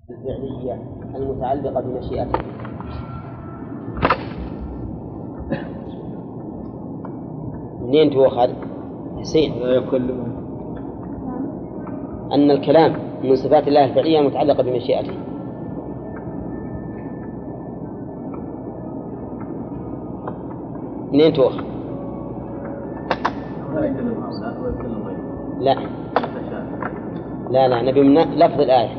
الفعلية المتعلقة بمشيئته. منين تؤخذ حسين؟ أن الكلام من صفات الله الفعلية المتعلقة بمشيئته. منين تؤخذ؟ لا لا لا، نبي من لفظ الآية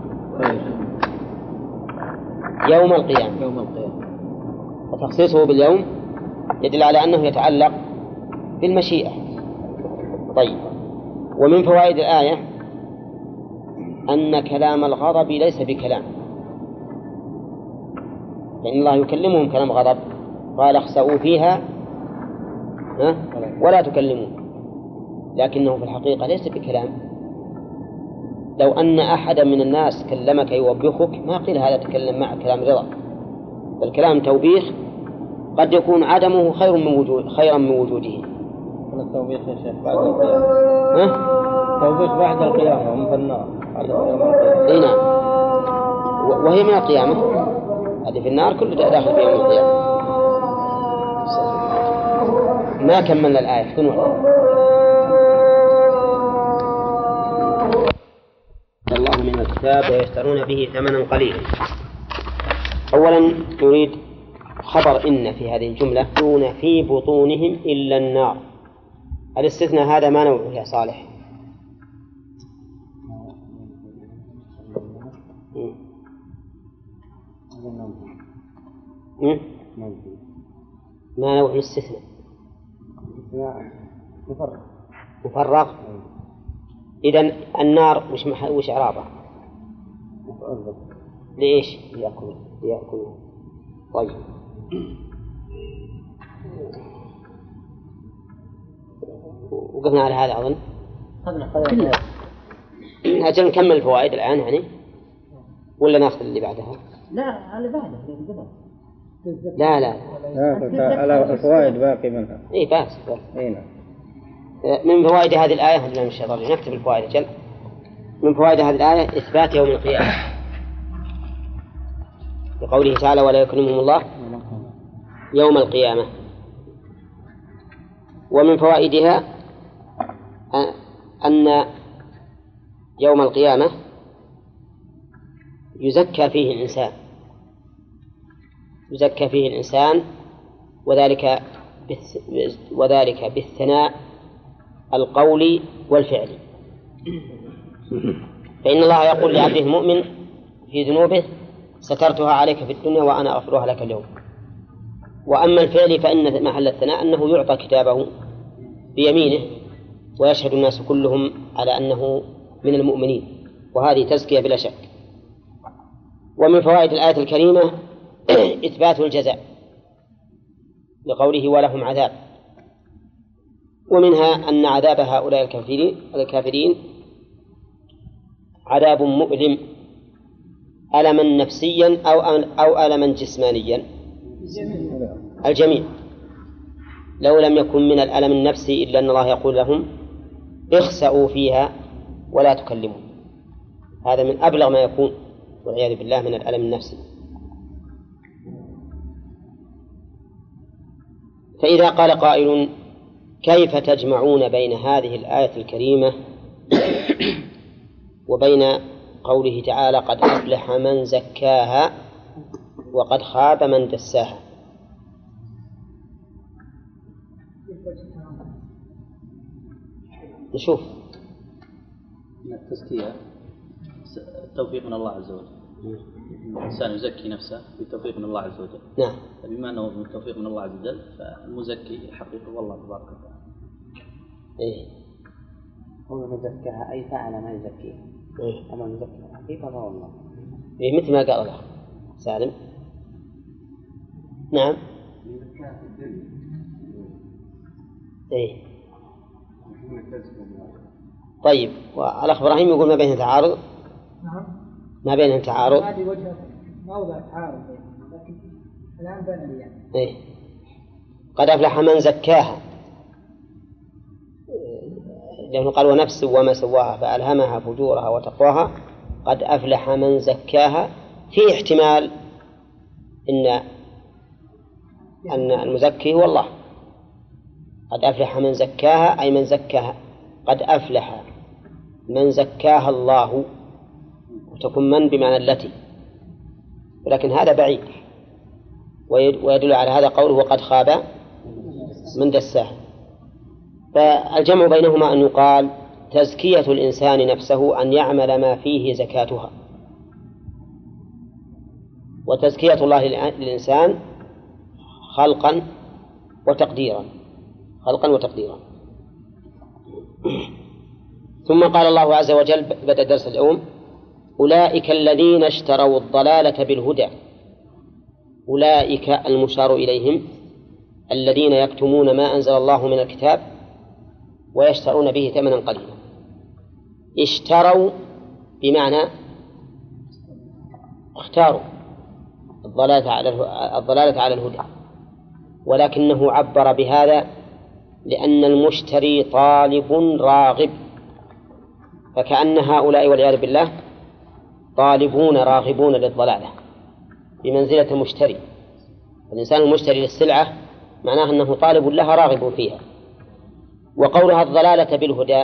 يوم القيامة، وتخصيصه باليوم يدل على أنه يتعلق بالمشيئة. طيب، ومن فوائد الآية أن كلام الغضب ليس بكلام، لأن الله يكلمهم كلام غضب، قال اخسئوا فيها ولا تكلمون، لكنه في الحقيقة ليس بكلام. لو أن أحدا من الناس كلمك يوبخك ما قيل هذا تكلم معك كلام رضا، بل كلام توبيخ قد يكون عدمه خيرا من وجوده. التوبيخ يا شيخ بعد القيامة، توبيخ بعد القيامة هم في النار. اي نعم، وهي من القيامة، هذه في النار كل داخل في يوم القيامة. ما كملنا الآية الله من الكتاب ويشترون به ثمنا قليلا. أولا يريد خبر إن في هذه الجملة دون في بطونهم إلا النار. الاستثناء هذا ما نوعه يا صالح؟ ما نوع الاستثناء؟ مفرغ. إذن النار وش إعرابه؟ ليش يأكلون؟ طيب، وقفنا على هذا أظن. أجل نكمل الفوائد الآن يعني ولا نأخذ اللي بعدها؟ لا اللي بعده. لا لا على الفوائد باقي منها. إيه بس. نعم. من فوائد هذه الآية لا مش شرط نكتب الفوائد أجل. من فوائد هذه الآية إثبات يوم القيامة بقوله تعالى ولا يكلمهم الله يوم القيامة. ومن فوائدها أن يوم القيامة يزكى فيه الإنسان وذلك بالثناء القولي والفعلي. فإن الله يقول لعبده المؤمن في ذنوبه سترتها عليك في الدنيا وأنا أغفرها لك اليوم. وأما الفعل فإن محل الثناء أنه يعطى كتابه بيمينه ويشهد الناس كلهم على أنه من المؤمنين، وهذه تزكية بلا شك. ومن فوائد الآية الكريمة إثبات الجزاء لقوله ولهم عذاب، ومنها أن عذاب هؤلاء الكافرين عذاب مؤلم، ألما نفسيا أو ألما جسمانيا. الجميع. لو لم يكن من الألم النفسي إلا أن الله يقول لهم اخسئوا فيها ولا تكلموا، هذا من أبلغ ما يكون والعياذ بالله من الألم النفسي. فإذا قال قائل كيف تجمعون بين هذه الآية الكريمة وبين قوله تعالى قد أفلح من زكاها وقد خاب من دساها؟ نشوف. من التزكية التوفيق من الله عز وجل، الإنسان يزكي نفسه بالتوفيق من الله عز وجل. نعم. بما أنه من التوفيق من الله عز وجل فالمزكي حقيقة والله تبارك وتعالى. إيه. هو مزكاها أي فعل ما يزكيه. إيه. أما مزكاها حقيقة والله. إيه مثل ما قال الله سالم. نعم. إيه. طيب، والأخ إبراهيم يقول ما بينهم تعارض. نعم. ما بينهم تعارض. هذه وجهة موضع تعارض لكن الآن بين لي. إيه. قد أفلح من زكاها، لأنه قال ونفس وما سواها فألهمها فجورها وتقواها قد أفلح من زكاها في احتمال أن المزكي هو الله. قد أفلح من زكاها أي من زكاها، قد أفلح من زكاها الله، وتكون من بمعنى التي، ولكن هذا بعيد. ويدل على هذا قوله وقد خاب من دساها. فالجمع بينهما أن يقال تزكية الإنسان نفسه أن يعمل ما فيه زكاتها، وتزكية الله للإنسان خلقا وتقديرا. ثم قال الله عز وجل بدأ درس اليوم أولئك الذين اشتروا الضلالة بالهدى. أولئك المشار إليهم الذين يكتمون ما أنزل الله من الكتاب ويشترون به ثمنا قليلا. اشتروا بمعنى اختاروا الضلالة على الهدى، ولكنه عبر بهذا لأن المشتري طالب راغب، فكأن هؤلاء والعياذ بالله طالبون راغبون للضلالة بمنزلة المشتري. الإنسان المشتري للسلعة معناه أنه طالب لها راغب فيها. وقولها الضلالة بالهدى،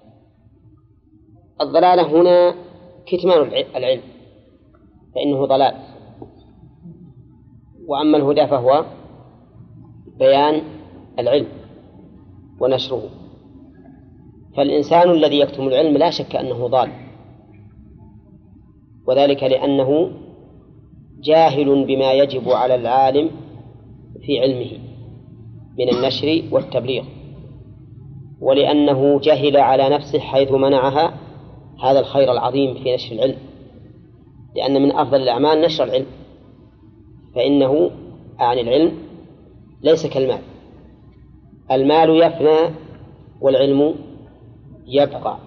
الضلالة هنا كتمان العلم فإنه ضلال، وأما الهدى فهو بيان العلم ونشره. فالإنسان الذي يكتم العلم لا شك أنه ضال، وذلك لأنه جاهل بما يجب على العالم في علمه من النشر والتبليغ، ولأنه جهل على نفسه حيث منعها هذا الخير العظيم في نشر العلم، لأن من أفضل الأعمال نشر العلم، فإنه عن العلم ليس كالمال. المال يفنى والعلم يبقى.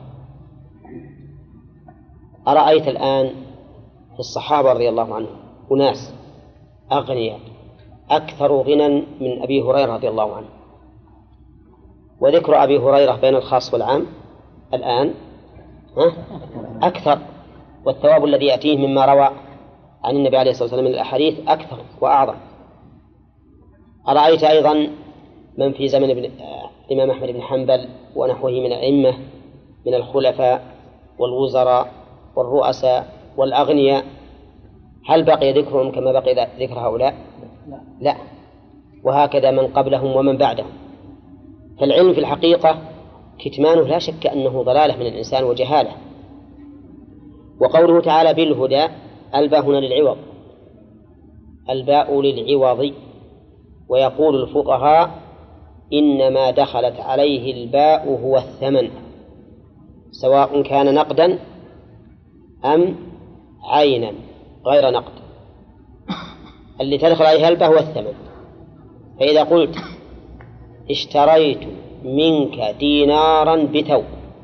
أرأيت الآن في الصحابة رضي الله عنهم أناس أغنياء أكثر غنى من أبي هريرة رضي الله عنه، وذكر أبي هريرة بين الخاص والعام الآن أكثر، والثواب الذي يأتيه مما روى عن النبي عليه الصلاة والسلام من الأحاديث أكثر وأعظم. أرأيت أيضا من في زمن الإمام أحمد بن حنبل ونحوه من الأئمة من الخلفاء والوزراء والرؤساء والأغنياء، هل بقي ذكرهم كما بقي ذكر هؤلاء؟ لا. وهكذا من قبلهم ومن بعدهم. فالعلم في الحقيقة كتمانه لا شك أنه ضلالة من الإنسان وجهالة. وقوله تعالى بالهدى، الباء هنا للعوض، الباء للعوض. ويقول الفقهاء إنما دخلت عليه الباء هو الثمن، سواء كان نقدا أم عينا غير نقد، اللي تدخل عليها الباء هو الثمن. فإذا قلت اشتريت منك دينارا بثوب،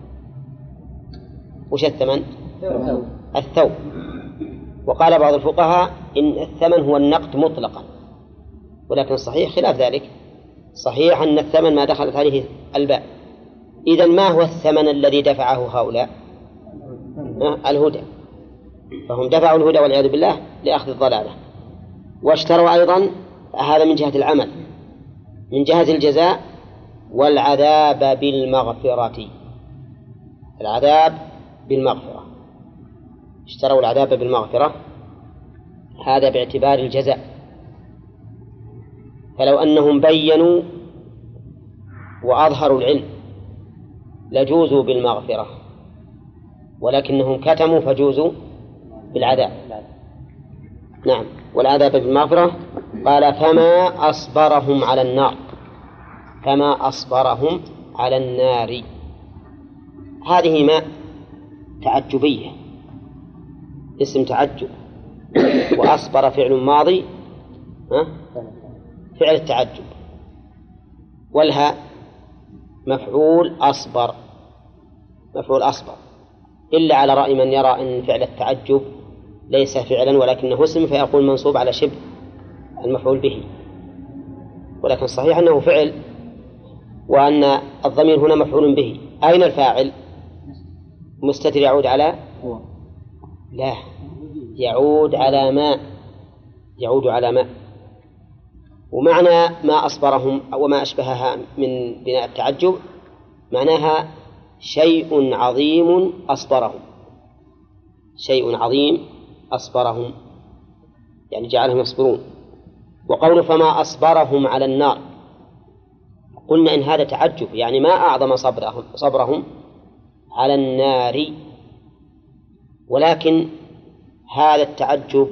وش الثمن؟ الثوب. وقال بعض الفقهاء إن الثمن هو النقد مطلقا، ولكن الصحيح خلاف ذلك، صحيح أن الثمن ما دخلت عليه الباء. إذن ما هو الثمن الذي دفعه هؤلاء؟ الهدى، فهم دفعوا الهدى والعياذ بالله لأخذ الضلالة. واشتروا أيضا، هذا من جهة العمل، من جهة الجزاء والعذاب بالمغفرة، العذاب بالمغفرة، اشتروا العذاب بالمغفرة، هذا باعتبار الجزاء. فلو أنهم بينوا وأظهروا العلم لجوزوا بالمغفرة، ولكنهم كتموا فجوزوا بالعذاب. نعم، والعذاب بالمغفرة. قال فما أصبرهم على النار، فما أصبرهم على النار، هذه ما تعجبية، اسم تعجب، وأصبر فعل ماضي فعل التعجب، والها مفعول أصبر، مفعول أصبر، إلا على رأي من يرى أن فعل التعجب ليس فعلا ولكنه اسم، فيقول منصوب على شبه المفعول به، ولكن الصحيح أنه فعل، وأن الضمير هنا مفعول به. أين الفاعل؟ مستتر يعود على لا، يعود على ما، يعود على ما. ومعنى ما أصبرهم وما أشبهها من بناء التعجب معناها شيء عظيم أصبرهم، شيء عظيم أصبرهم يعني جعلهم يصبرون. وقول فما أصبرهم على النار، قلنا إن هذا تعجب، يعني ما أعظم صبرهم على النار. ولكن هذا التعجب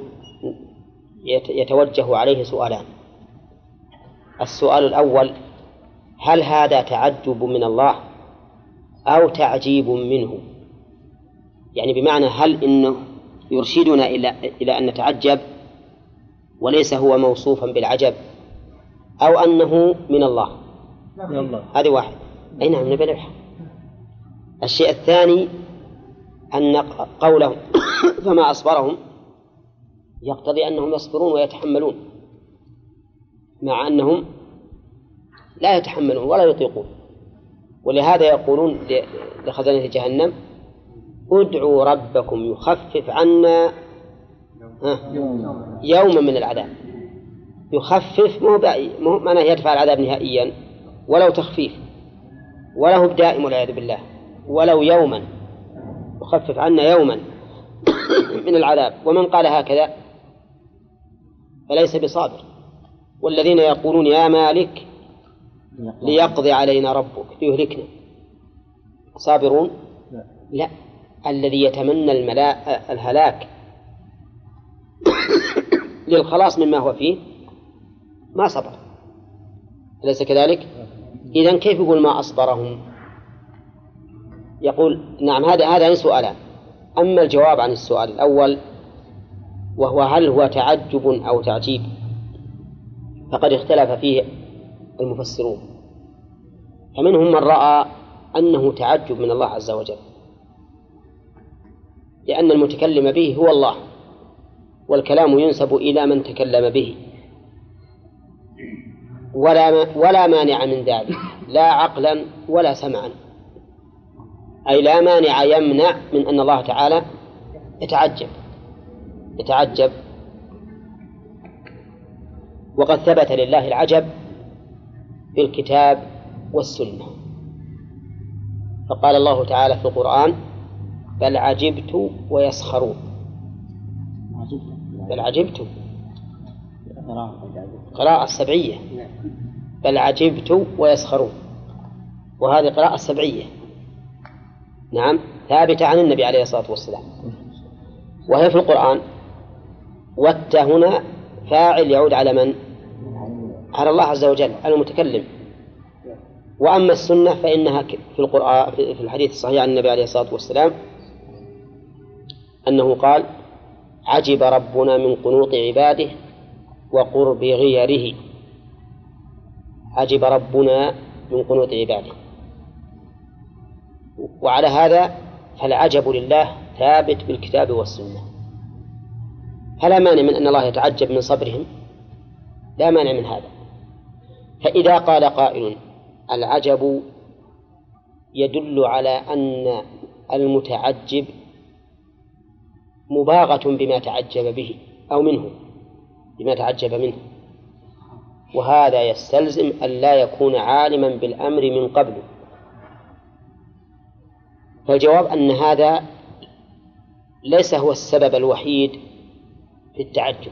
يتوجه عليه سؤالان. السؤال الأول: هل هذا تعجب من الله أو تعجيب منه؟ يعني بمعنى هل إنه يرشدنا إلى أن نتعجب وليس هو موصوفا بالعجب، أو أنه من الله؟ هذه واحد. أي نعم، نبلغ. الشيء الثاني أن قوله فما أصبرهم يقتضي أنهم يصبرون ويتحملون، مع أنهم لا يتحملون ولا يطيقون. ولهذا يقولون لخزنة جهنم: ادعوا ربكم يخفف عنا يوما من العذاب. يخفف مو معناه يدفع العذاب نهائيا، ولو تخفيف، وله دائم والعياذ بالله، ولو يوما، يخفف عنا يوما من العذاب. ومن قال هكذا فليس بصابر. والذين يقولون يا مالك ليقضي علينا ربك ليهلكنا، صابرون؟ لا، الذي يتمنى الهلاك للخلاص مما هو فيه ما صبر، أليس كذلك؟ إذن كيف يقول ما أصبرهم؟ يقول نعم، هذا سؤالان. أما الجواب عن السؤال الأول وهو هل هو تعجب أو تعجيب، فقد اختلف فيه المفسرون. فمنهم من رأى أنه تعجب من الله عز وجل، لأن المتكلم به هو الله، والكلام ينسب إلى من تكلم به، ولا مانع من ذلك، لا عقلا ولا سمعا. أي لا مانع يمنع من أن الله تعالى يتعجب. وقد ثبت لله العجب في الكتاب والسنة، فقال الله تعالى في القرآن: بل عجبت ويسخرون. بل عجبت قراءة السبعية، بل عجبت ويسخرون، وهذه قراءة السبعية نعم ثابتة عن النبي عليه الصلاة والسلام، وهي في القرآن. والت هنا فاعل يعود على من؟ على الله عز وجل المتكلم. وأما السنة فإنها في القرآن في الحديث الصحيح عن النبي عليه الصلاة والسلام أنه قال: عجب ربنا من قنوط عباده وقرب غيره. عجب ربنا من قنوط عباده. وعلى هذا فالعجب لله ثابت بالكتاب والسنة، فلا مانع من أن الله يتعجب من صبرهم، لا مانع من هذا. فإذا قال قائل: العجب يدل على أن المتعجب مباغة بما تعجب به أو منه، بما تعجب منه، وهذا يستلزم أن لا يكون عالما بالأمر من قبل. فالجواب أن هذا ليس هو السبب الوحيد في التعجب.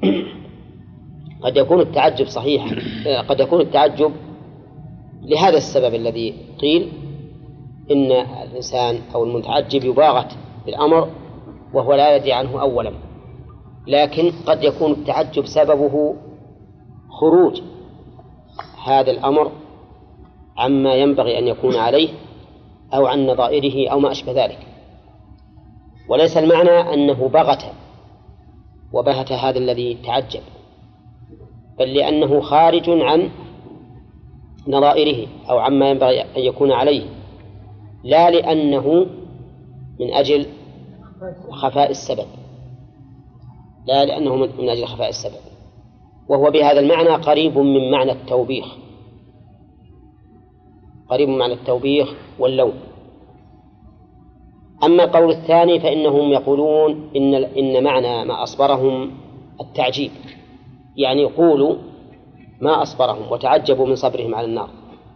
قد يكون التعجب صحيح، قد يكون التعجب لهذا السبب الذي قيل إن الإنسان أو المتعجب يباغت بالأمر وهو لا يدري عنه أولا. لكن قد يكون التعجب سببه خروج هذا الأمر عما ينبغي أن يكون عليه أو عن نظائره أو ما أشبه ذلك، وليس المعنى أنه بغت وبهت هذا الذي تعجب، بل لأنه خارج عن نظائره أو عما ينبغي أن يكون عليه، لا لأنه من أجل خفاء السبب، لا لأنه من أجل خفاء السبب. وهو بهذا المعنى قريب من معنى التوبيخ، قريب من معنى التوبيخ واللوم. أما القول الثاني فإنهم يقولون إن معنى ما أصبرهم التعجيب، يعني يقولوا ما أصبرهم وتعجبوا من صبرهم على النار،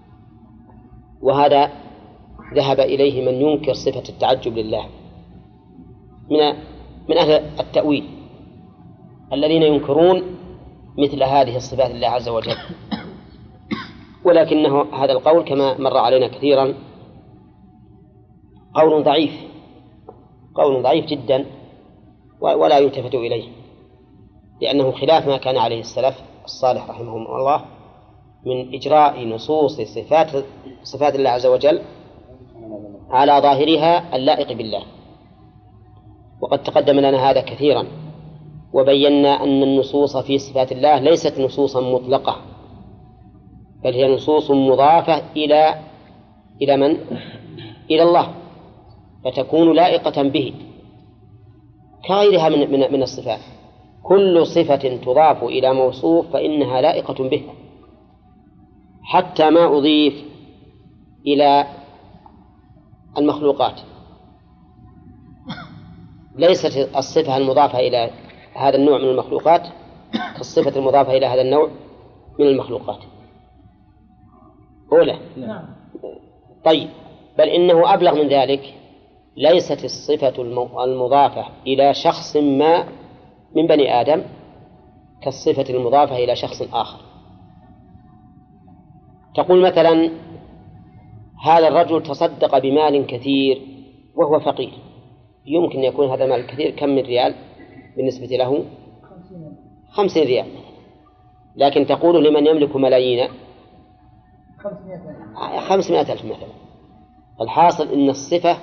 وهذا ذهب إليه من ينكر صفة التعجب لله من أهل التأويل الذين ينكرون مثل هذه الصفات لله عز وجل، ولكنه هذا القول كما مر علينا كثيرا قول ضعيف جدا ولا يلتفت إليه، لأنه خلاف ما كان عليه السلف الصالح رحمهم الله من إجراء نصوص صفات الله عز وجل على ظاهرها اللائق بالله. وقد تقدم لنا هذا كثيرا، وبينا أن النصوص في صفات الله ليست نصوصا مطلقة، بل هي نصوص مضافة إلى من؟ إلى الله، فتكون لائقة به كغيرها من الصفات. كل صفة تضاف إلى موصوف فإنها لائقة به، حتى ما أضيف إلى المخلوقات. ليست الصفة المضافة إلى هذا النوع من المخلوقات كالصفة المضافة إلى هذا النوع من المخلوقات. أولى. طيب، بل إنه أبلغ من ذلك، ليست الصفة المضافة إلى شخص ما من بني آدم كالصفة المضافة إلى شخص آخر. تقول مثلا هذا الرجل تصدق بمال كثير وهو فقير، يمكن أن يكون هذا المال الكثير كم من ريال بالنسبة له؟ 50 ريال. لكن تقول لمن يملك ملايين 500,000 مثلا. الحاصل أن الصفة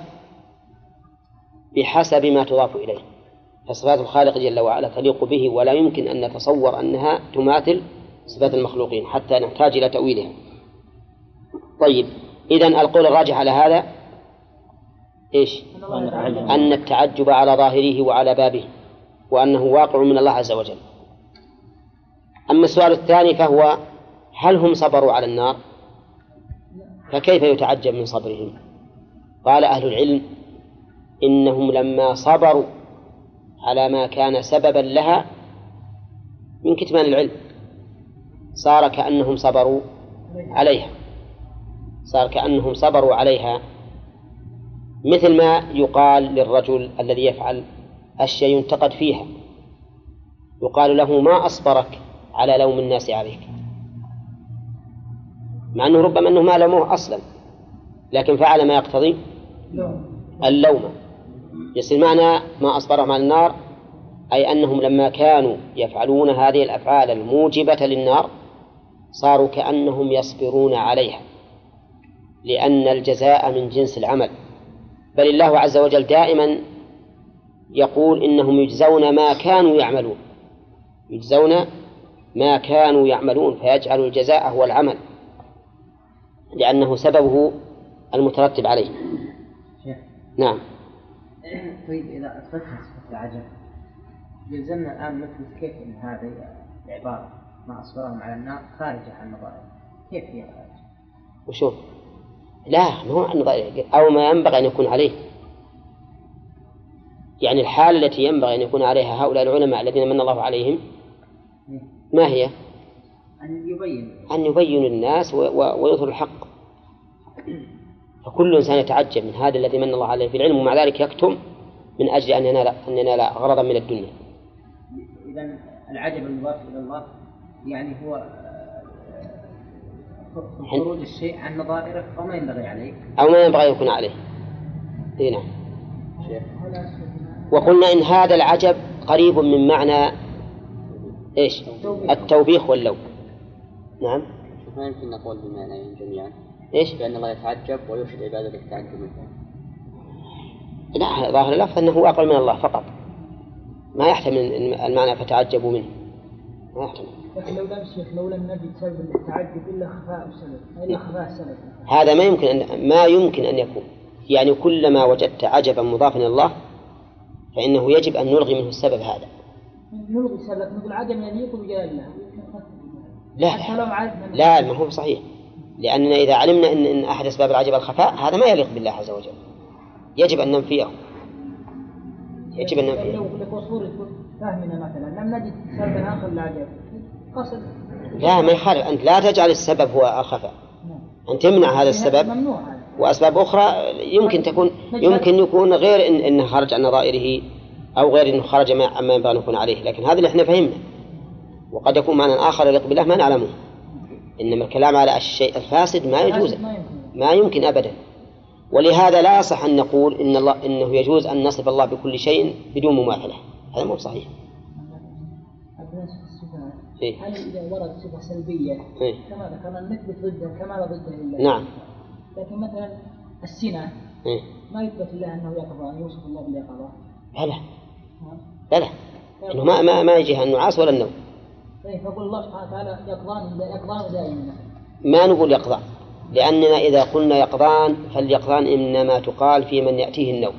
بحسب ما تضاف إليه، فصفات الخالق جل وعلا تليق به، ولا يمكن أن نتصور أنها تماثل صفات المخلوقين حتى نحتاج إلى تأويلها. طيب، إذن القول الراجح على هذا إيش؟ أن التعجب على ظاهره وعلى بابه، وأنه واقع من الله عز وجل. أما السؤال الثاني فهو هل هم صبروا على النار؟ فكيف يتعجب من صبرهم؟ قال أهل العلم إنهم لما صبروا على ما كان سببا لها من كتمان العلم صار كأنهم صبروا عليها، مثل ما يقال للرجل الذي يفعل أشياء ينتقد فيها، يقال له ما أصبرك على لوم الناس عليك، مع أنه ربما أنه ما لومه أصلا، لكن فعل ما يقتضي اللوم. يصير معنى ما أصبرهم على النار أي أنهم لما كانوا يفعلون هذه الأفعال الموجبة للنار صاروا كأنهم يصبرون عليها، لأن الجزاء من جنس العمل. بل الله عز وجل دائما يقول إنهم يجزون ما كانوا يعملون، فيجعل الجزاء هو العمل لأنه سببه المترتب عليه. نعم. طيب، إذا أثبتنا صفة العجب يلزمنا الآن نثبت كيف أن هذه العبارة ما أصبرهم على النار خارجة عن النظائر، كيف هي خارجة؟ وشوف، لا ما هو عن النظائر، أو ما ينبغي أن يكون عليه، يعني الحالة التي ينبغي أن يكون عليها هؤلاء العلماء الذين من الله عليهم ما هي؟ أن يبين للناس ويظهر الحق. فكل إنسان يتعجب من هذا الذي من الله عليه في العلم، ومع ذلك يكتم من أجل أن ينال غرضا من الدنيا. إذن العجب المضاف إلى الله يعني هو خروج الشيء عن نظائره أو ما ينبغي عليه أو ما ينبغي يكون عليه. هنا وقلنا إن هذا العجب قريب من معنى إيش؟ التوبيخ واللوم. نعم. ما يمكن نقول بمعنى جميعا إيش؟ بأن الله يتعجب ويرشد عباده للتعجب منه. لا، ظاهر اللفظ أنه أقل من الله فقط، ما يحتمل المعنى فتعجبوا منه، ما يحتمل. لكن لو لم نجد سبب للتعجب إلا خفاء السبب هذا ما يمكن أن يكون. يعني كلما وجدت عجبا مضافا إلى الله فإنه يجب أن نلغي منه السبب هذا. نلغي السبب، نقول عدم يليق بجلال الله. لا ما هو صحيح، لأننا إذا علمنا أن أحد أسباب العجب الخفاء هذا ما يليق بالله عز وجل، يجب أن ننفيه، يجب أن ننفيه. لو لك وصول يكون فاهمنا مثلا لم نجد سببا آخر للعجب قصد. لا ما يخالف، أنت لا تجعل السبب هو الخفاء، أن تمنع هذا السبب. ممنوع هذا. وأسباب أخرى يمكن يكون غير إنه خرج عن نظائره أو غير إنه خرج عما ينبغي أن يكون عليه، لكن هذا اللي إحنا فهمنا. وقد يكون معنى آخر يليق بالله ما نعلمه. إنما الكلام على الشيء الفاسد ما يجوز، ما يمكن أبدا. ولهذا لا يصح أن نقول إنه يجوز أن نصف الله بكل شيء بدون مماثلة، هذا مو صحيح. هل إذا ورد صفة سلبية كما ذكرنا نثبت ضدها كما لا ضدها لله؟ نعم. لكن مثلا السنة ما يثبت الله أنه يقظة، يوصف الله باليقظة. بلى إنه ما يجيها النعاس ولا النوم. فقول الله سبحانه وتعالى يقظان دائما. ما نقول يقظان، لأننا إذا قلنا يقظان فاليقظان إنما تقال في من يأتيه النوم،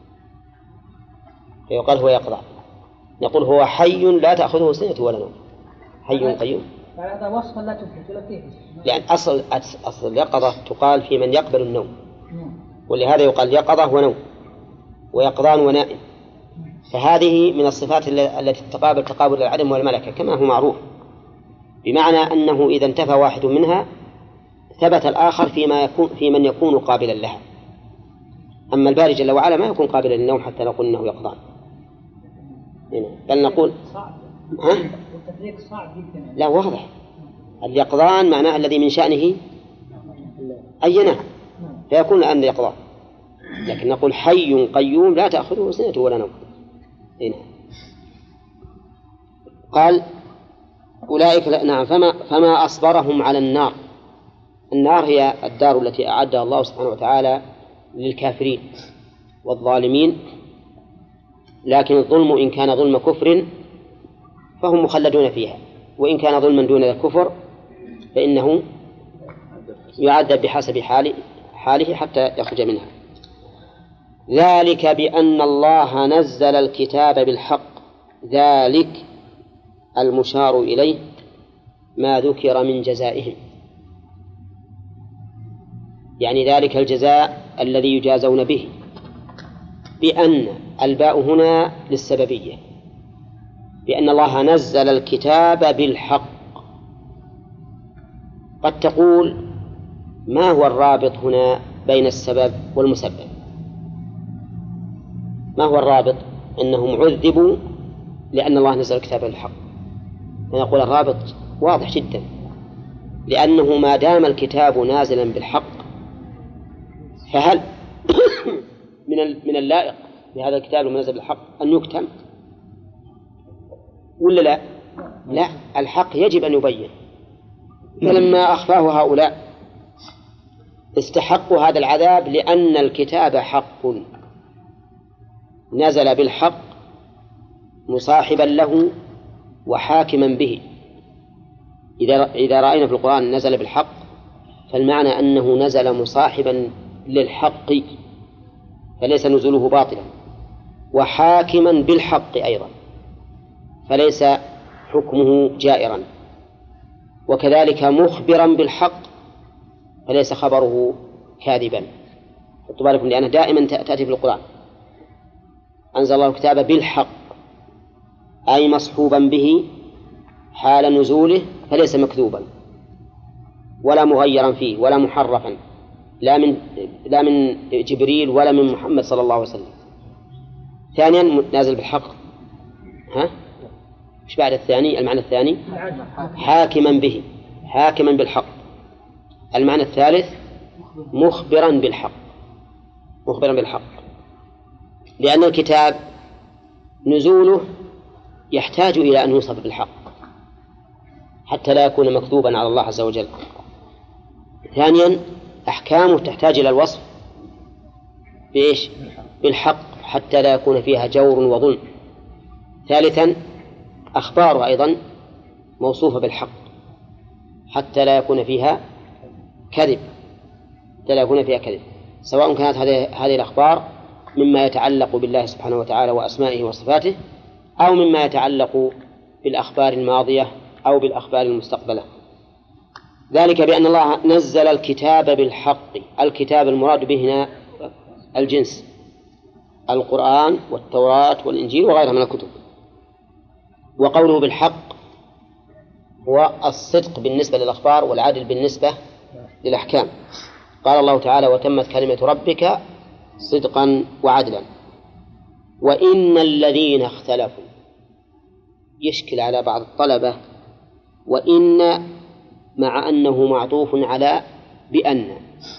فيقال هو يقظان. نقول هو حي لا تأخذه سنة ولا نوم، حي قيوم. هذا وصف لا تثبت ولا كيف؟ لأن أصل اليقظة تقال في من يقبل النوم، ولهذا يقال يقظة ونوم ويقظان ونائم. فهذه من الصفات التي تقابل العدم والملكة كما هو معروف، بمعنى أنه إذا انتفى واحد منها ثبت الآخر في من يكون قابلا لها. أما الباري جل وعلا ما يكون قابلا للنوم حتى نقول إنه يقظان، بل نقول التفريق صعب جدا. لا واضح، اليقظان معناه الذي من شأنه أن ينام فيكون الآن يقظان، لكن نقول حي قيوم لا تأخذه سنة ولا نوم. قال أولئك نعم فما أصبرهم على النار. النار هي الدار التي أعدها الله سبحانه وتعالى للكافرين والظالمين، لكن الظلم إن كان ظلم كفر فهم مخلدون فيها، وإن كان ظلما دون الكفر فإنه يعذب بحسب حاله حتى يخرج منها. ذلك بأن الله نزل الكتاب بالحق. ذلك المشار إليه ما ذكر من جزائهم، يعني ذلك الجزاء الذي يجازون به، بأن الباء هنا للسببية، بأن الله نزل الكتاب بالحق. قد تقول ما هو الرابط هنا بين السبب والمسبب؟ ما هو الرابط؟ أنهم عذبوا لأن الله نزل الكتاب بالحق، فنقول الرابط واضح جدا، لأنه ما دام الكتاب نازلا بالحق فهل من اللائق بهذا الكتاب المنزل بالحق أن يكتم ولا لا؟ لا، الحق يجب أن يبين. فلما أخفاه هؤلاء استحقوا هذا العذاب لأن الكتاب حق نزل بالحق مصاحبا له وحاكما به. إذا رأينا في القرآن نزل بالحق فالمعنى أنه نزل مصاحبا للحق فليس نزوله باطلا، وحاكما بالحق أيضا فليس حكمه جائرا، وكذلك مخبرا بالحق فليس خبره كاذبا. خذوا بالكم لأنها دائما تأتي في القرآن أنزل الله الكتاب بالحق أي مصحوبا به حال نزوله، فليس مكذوبا ولا مغيرا فيه ولا محرفا، لا من جبريل ولا من محمد صلى الله عليه وسلم. ثانيا نازل بالحق، مش بعد الثاني؟ المعنى الثاني حاكما به، حاكما بالحق. المعنى الثالث مخبرا بالحق، مخبرا بالحق، لأن الكتاب نزوله يحتاج إلى أن يوصف بالحق حتى لا يكون مكذوبا على الله عز وجل. ثانيا أحكامه تحتاج إلى الوصف بإيش؟ بالحق حتى لا يكون فيها جور وظلم. ثالثا أخباره أيضا موصوفة بالحق حتى لا يكون فيها كذب، حتى لا يكون فيها كذب، سواء كانت هذه الأخبار مما يتعلق بالله سبحانه وتعالى وأسمائه وصفاته، أو مما يتعلق بالأخبار الماضية أو بالأخبار المستقبلة. ذلك بأن الله نزل الكتاب بالحق. الكتاب المراد به هنا الجنس، القرآن والتوراة والإنجيل وغيرها من الكتب. وقوله بالحق هو الصدق بالنسبة للأخبار والعدل بالنسبة للأحكام. قال الله تعالى: وتمت كلمة ربك صدقا وعدلا. وإن الذين اختلفوا، يشكل على بعض الطلبة وإن مع أنه معطوف على بأن،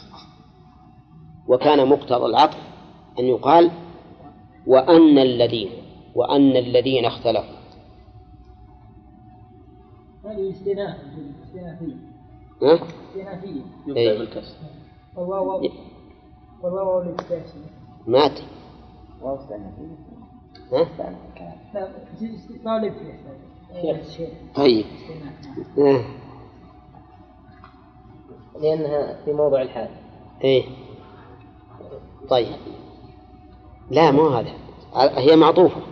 وكان مقتضى العطف أن يقال وأن الذين اختلفوا. هذه الاستئناف فيه. يبدأ بالكسر. والواو للتأسيس. مات. واو استئنافية. لا طيب. لأنها في موضع الحال. إيه. طيب. لا مو هذا، هي معطوفة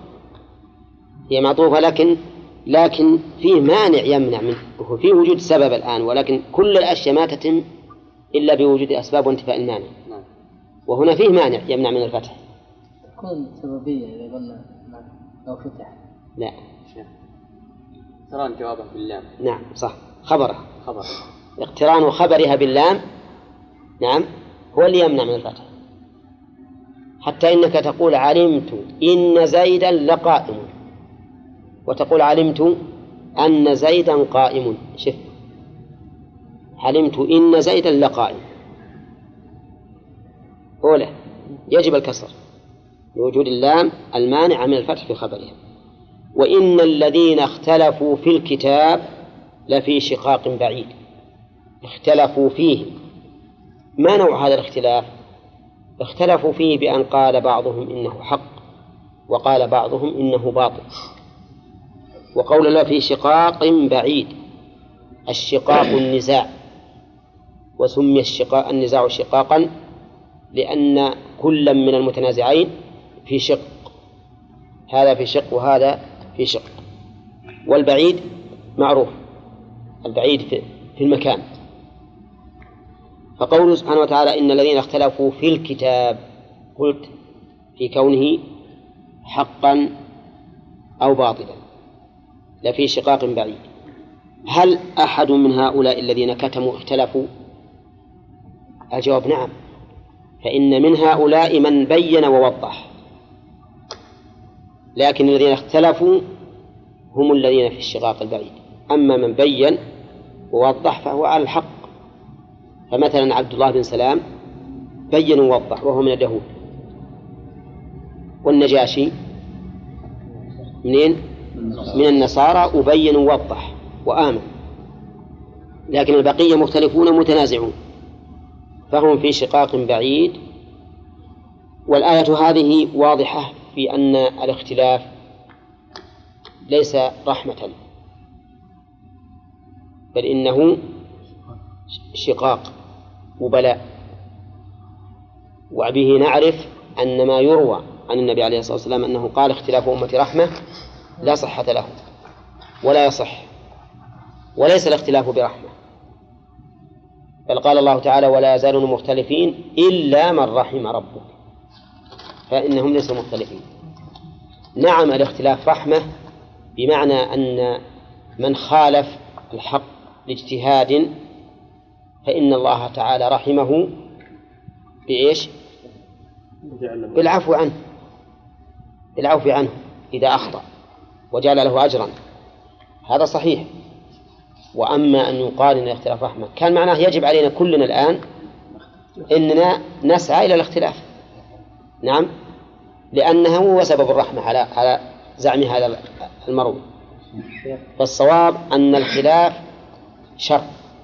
لكن فيه مانع يمنع منه، وفيه وجود سبب الآن، ولكن كل الأشياء ما تتم إلا بوجود أسباب وانتفاء المانع. وهنا فيه مانع يمنع من الفتح. تكون سببية إذا قلنا لو فتح. لا. اقتران جوابه باللام. نعم صح، خبر. اقتران خبرها باللام نعم هو اللي يمنع من الفتح. حتى إنك تقول علمت إن زيدا لقائم، وتقول علمت أن زيدا قائم. شف، علمت إن زيدا لقائم أولى يجب الكسر لوجود اللام المانع من الفتح في خبرها. وإن الذين اختلفوا في الكتاب لفي شقاق بعيد. اختلفوا فيه، ما نوع هذا الاختلاف؟ اختلفوا فيه بأن قال بعضهم إنه حق وقال بعضهم إنه باطل. وقول الله في شقاق بعيد، الشقاق النزاع، وسمي النزاع شقاقا لأن كل من المتنازعين في شق، هذا في شق وهذا في شق. والبعيد معروف، البعيد في المكان. فقوله سبحانه وتعالى إن الذين اختلفوا في الكتاب، قلت في كونه حقا أو باطلا لفي شقاق بعيد. هل أحد من هؤلاء الذين كتموا اختلفوا؟ الجواب نعم، فإن من هؤلاء من بين ووضح، لكن الذين اختلفوا هم الذين في الشقاق البعيد. أما من بين ووضح فهو على الحق. فمثلا عبد الله بن سلام بين ووضح وهو من اليهود، والنجاشي منين؟ من النصارى، وبين ووضح وآمن. لكن البقية مختلفون متنازعون، فهم في شقاق بعيد. والآية هذه واضحة في أن الاختلاف ليس رحمة، بل إنه شقاق وبلاء. وبه نعرف أن ما يروى عن النبي عليه الصلاة والسلام أنه قال اختلاف أمتي رحمة لا صحة له ولا يصح، وليس الاختلاف برحمة، بل قال الله تعالى ولا يزالون مختلفين إلا من رحم ربك، فإنهم ليسوا مختلفين. نعم الاختلاف رحمة، بمعنى أن من خالف الحق لاجتهاد فإن الله تعالى رحمه بإيش؟ بالعفو عنه إذا أخطأ وجعل له أجرا، هذا صحيح. وأما أن يقال إن الاختلاف رحمة، كان معناه يجب علينا كلنا الآن إننا نسعى إلى الاختلاف. نعم، لأنه هو سبب الرحمة على زعم هذا المروي. فالصواب أن الخلاف شر،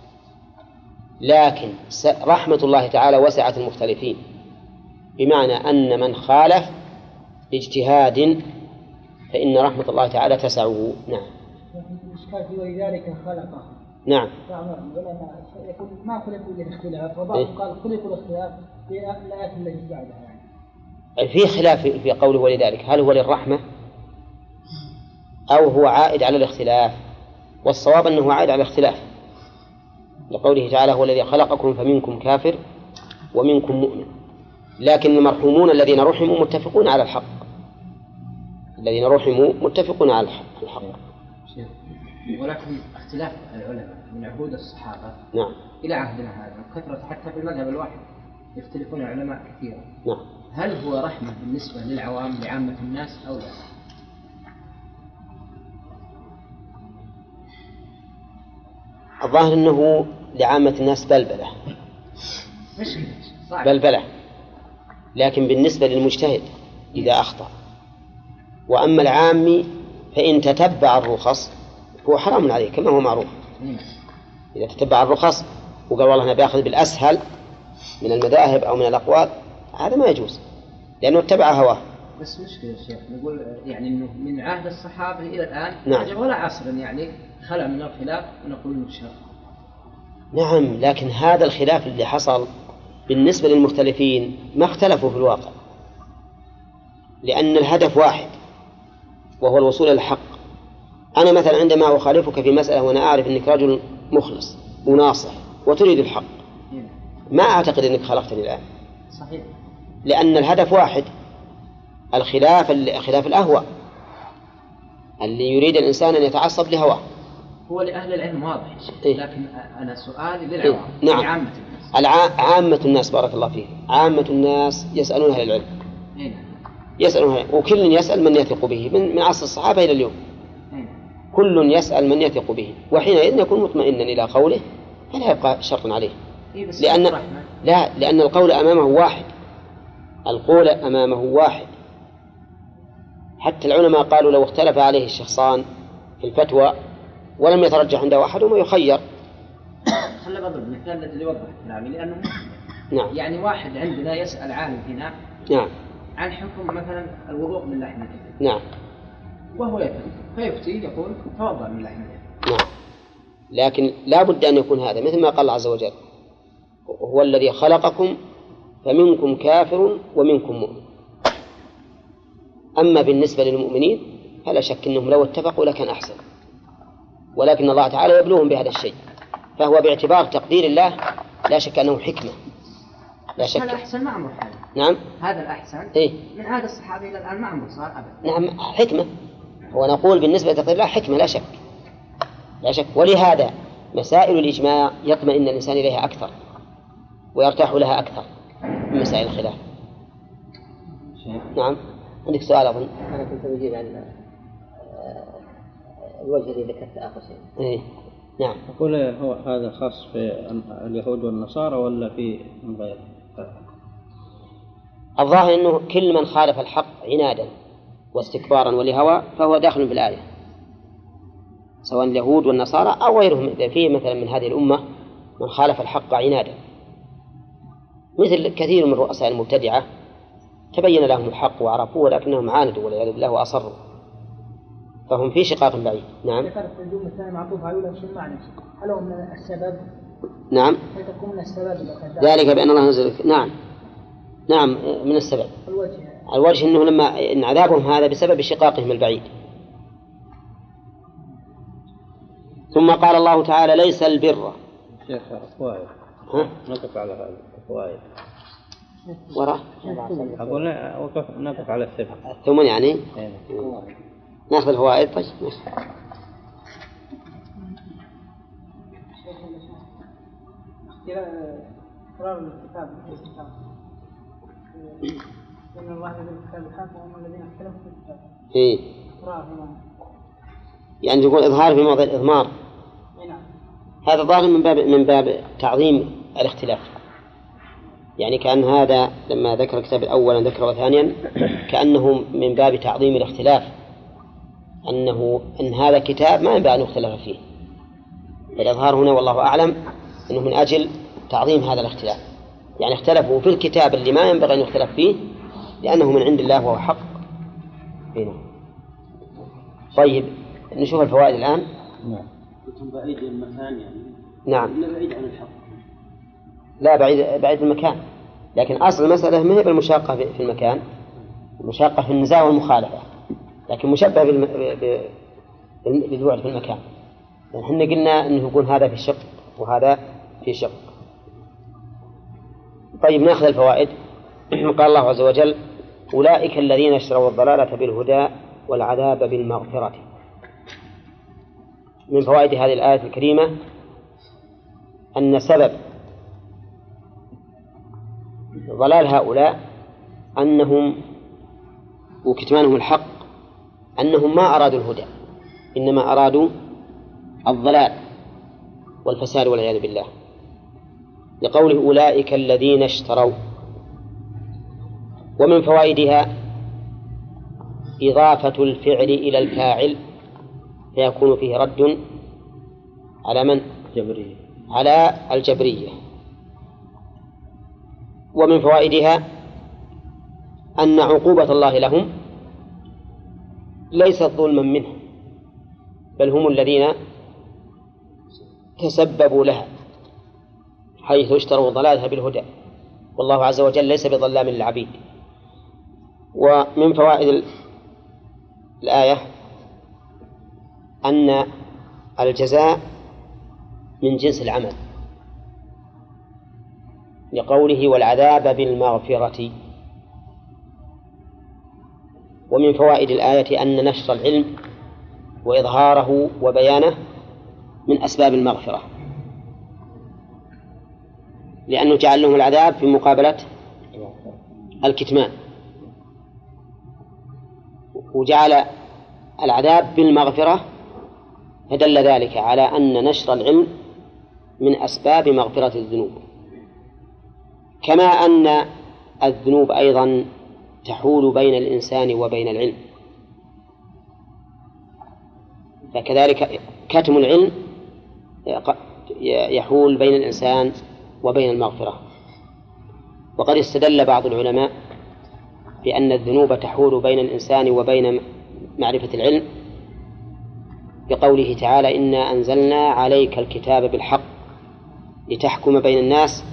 لكن رحمة الله تعالى وسعت المختلفين، بمعنى أن من خالف اجتهاد فإن رحمة الله تعالى تسعه. نعم. ولذلك خلقه. نعم. ما خلقوا للاختلاف، وبعضهم قال خلقوا الاختلاف في الآيات التي بعدها. يعني في خلاف في قوله ولذلك، هل هو للرحمة أو هو عائد على الاختلاف؟ والصواب أنه عائد على الاختلاف، لقوله تعالى هو الذي خلقكم فمنكم كافر ومنكم مؤمن. لكن المرحومون الذين رحموا متفقون على الحق، الذين رحموا متفقون على الحق. ولكن اختلاف العلماء من عهود الصحابة نعم إلى عهدنا هذا وكثرة حتى في المذهب الواحد يختلفون العلماء كثيرا. نعم. هل هو رحمة بالنسبة للعوام لعامة الناس أو لا؟ الظاهر أنه لعامة الناس بلبلة بلبلة، لكن بالنسبة للمجتهد إذا أخطأ. وأما العامي فإن تتبع الرخص هو حرام عليه كما هو معروف. إذا تتبع الرخص وقال والله أنا بأخذ بالأسهل من المذاهب أو من الأقوال هذا ما يجوز لأنه اتبع هواه. بس مشكلة يا شيخ نقول يعني إنه من عهد الصحابة إلى الآن نعم. ولا عصر يعني خلى من الخلاف ونقول إنه شر. نعم، لكن هذا الخلاف اللي حصل بالنسبة للمختلفين ما اختلفوا في الواقع، لأن الهدف واحد وهو الوصول إلى الحق. أنا مثلا عندما أخالفك في مسألة وأنا أعرف أنك رجل مخلص وناصح وتريد الحق ما أعتقد أنك خالفتني الآن. صحيح. لأن الهدف واحد، الخلاف خلاف الأهواء اللي يريد الإنسان أن يتعصب لهواه. هو لأهل العلم واضح يا شيخ. إيه؟ لكن أنا سؤالي للعوام. نعم. لعامة الناس. عامة الناس بارك الله فيك، عامة الناس يسألون أهل العلم. يسألون وكل يسأل من يثق به من عصر الصحابة إلى اليوم. كل يسأل من يثق به، وحينئذ يكون مطمئنا إلى قوله فلا يبقى شرط عليه. لأن القول أمامه واحد، القول أمامه واحد. حتى العلماء قالوا لو اختلف عليه الشخصان في الفتوى ولم يترجح عنده أحدهما يخير. خلنا نضرب المثال الذي يوضح كلامي لأنه نعم. يعني واحد عندنا يسأل عالم هنا نعم. عن حكم مثلا الوضوء من لحم الإبل. نعم. وهو يفهم فيفتي يقول توضأ من لحم الإبل. نعم. لكن لا بد أن يكون هذا مثل ما قال الله عز وجل هو الذي خلقكم فمنكم كافر ومنكم مؤمن. أما بالنسبة للمؤمنين فلا شك أنهم لو اتفقوا لكان أحسن، ولكن الله تعالى يبلوهم بهذا الشيء، فهو باعتبار تقدير الله لا شك أنه حكمة. لا شك. هذا أحسن ما عمره حال. نعم. هذا الأحسن. إيه؟ من عهد الصحابة إلى الآن ما عمره صار أبدا. نعم حكمة، ونقول بالنسبة لتقدير الله حكمة لا شك، لا شك. ولهذا مسائل الإجماع يطمئن الإنسان إليها أكثر ويرتاح لها أكثر من مسائل الخلاف. نعم. عندك سؤال أظن؟ أنا كنت بجيب عن الوجه اللي ذكرت آخر شيء. إيه؟ نعم. أقول هو هذا خاص في اليهود والنصارى ولا في من غير؟ الظاهر أنه كل من خالف الحق عنادا واستكبارا ولهوى فهو داخل في الآية، سواء اليهود والنصارى أو غيرهم. فيه مثلا من هذه الأمة من خالف الحق عنادا، مثل كثير من رؤساء المبتدعة تبين لهم الحق وعرفوه ولكنهم عاندوا والعياذ بالله وأصروا، فهم في شقاق بعيد. نعم. ذكرت الجملة الثانية معطوف على الأولى شو المعنى؟ هل هو من السبب؟ نعم. هل تكون من السبب ذلك بأن الله نزل. نعم. نعم من السبب. الوجه أنه لما إن عذابهم هذا بسبب شقاقهم البعيد. ثم قال الله تعالى ليس البر. شيخ فوائد. نقف على هذا فوائد. وراء. أقول نقف على السبب. ثم يعني. نأخذ الفوائد. طيب. إقرار الكتاب إن الله ينزل الكتاب الحق وهم الذين اختلفوا في الكتاب. إيه. يعني تقول إظهار في موضع الإضمار. نعم. هذا ظاهر من باب تعظيم الاختلاف. يعني كأن هذا لما ذكر الكتاب الأول ذكره ثانيا كأنه من باب تعظيم الاختلاف، أن هذا كتاب ما ينبغي أن يختلف فيه. الإظهار هنا والله أعلم أنه من أجل تعظيم هذا الاختلاف، يعني اختلفوا في الكتاب اللي ما ينبغي أن يختلف فيه لأنه من عند الله وهو حق. هنا. طيب نشوف الفوائد الآن. نعم. كنتم بعيد المكان يعني. نعم. لا بعيد عن الحق. لا بعيد المكان، لكن أصل المسألة ما هي بالمشاقة في المكان، المشاقة في النزاع والمخالفة، لكن مشبه بالبعد في المكان. يعني احنا قلنا أنه يكون هذا في شق وهذا في شق. طيب نأخذ الفوائد. قال الله عز وجل أولئك الذين اشتروا الضلالة بالهدى والعذاب بالمغفرة. من فوائد هذه الآية الكريمة أن سبب ضلال هؤلاء أنهم وكتمانهم الحق أنهم ما أرادوا الهدى، إنما أرادوا الضلال والفساد والعياذ بالله، لقوله أولئك الذين اشتروا. ومن فوائدها إضافة الفعل إلى الفاعل فيكون فيه رد على من؟ جبرية. على الجبرية. ومن فوائدها أن عقوبة الله لهم ليست ظلما منهم، بل هم الذين تسببوا لها حيث اشتروا ضلالها بالهدى، والله عز وجل ليس بظلام للعبيد. ومن فوائد الآية أن الجزاء من جنس العمل، لقوله والعذاب بالمغفرة. ومن فوائد الآية أن نشر العلم وإظهاره وبيانه من أسباب المغفرة، لأنه جعل لهم العذاب في مقابلة الكتمان، وجعل العذاب بالمغفرة، فدل ذلك على أن نشر العلم من أسباب مغفرة الذنوب، كما أن الذنوب أيضا تحول بين الإنسان وبين العلم، فكذلك كتم العلم يحول بين الإنسان وبين المغفرة. وقد استدل بعض العلماء بأن الذنوب تحول بين الإنسان وبين معرفة العلم بقوله تعالى إنا أنزلنا عليك الكتاب بالحق لتحكم بين الناس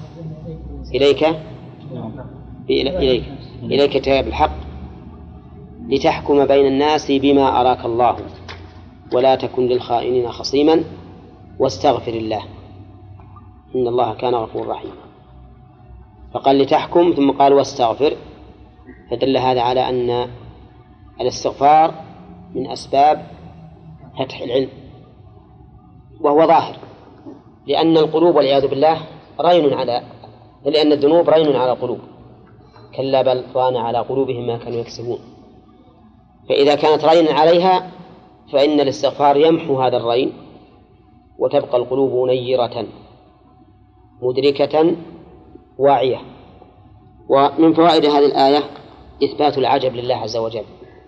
إليك الكتاب بالحق لتحكم بين الناس بما أراك الله ولا تكن للخائنين خصيما واستغفر الله إن الله كان غفورا رحيما. فقال لتحكم ثم قال واستغفر، فدل هذا على أن الاستغفار من أسباب فتح العلم، وهو ظاهر، لأن القلوب والعياذ بالله لأن الذنوب رين على القلوب، كلا بل ران على قلوبهم ما كانوا يكسبون. فإذا كانت رينا عليها فإن الاستغفار يمحو هذا الرين وتبقى القلوب نيرة مدركة واعية. ومن فوائد هذه الآية إثبات العجب لله عز وجل،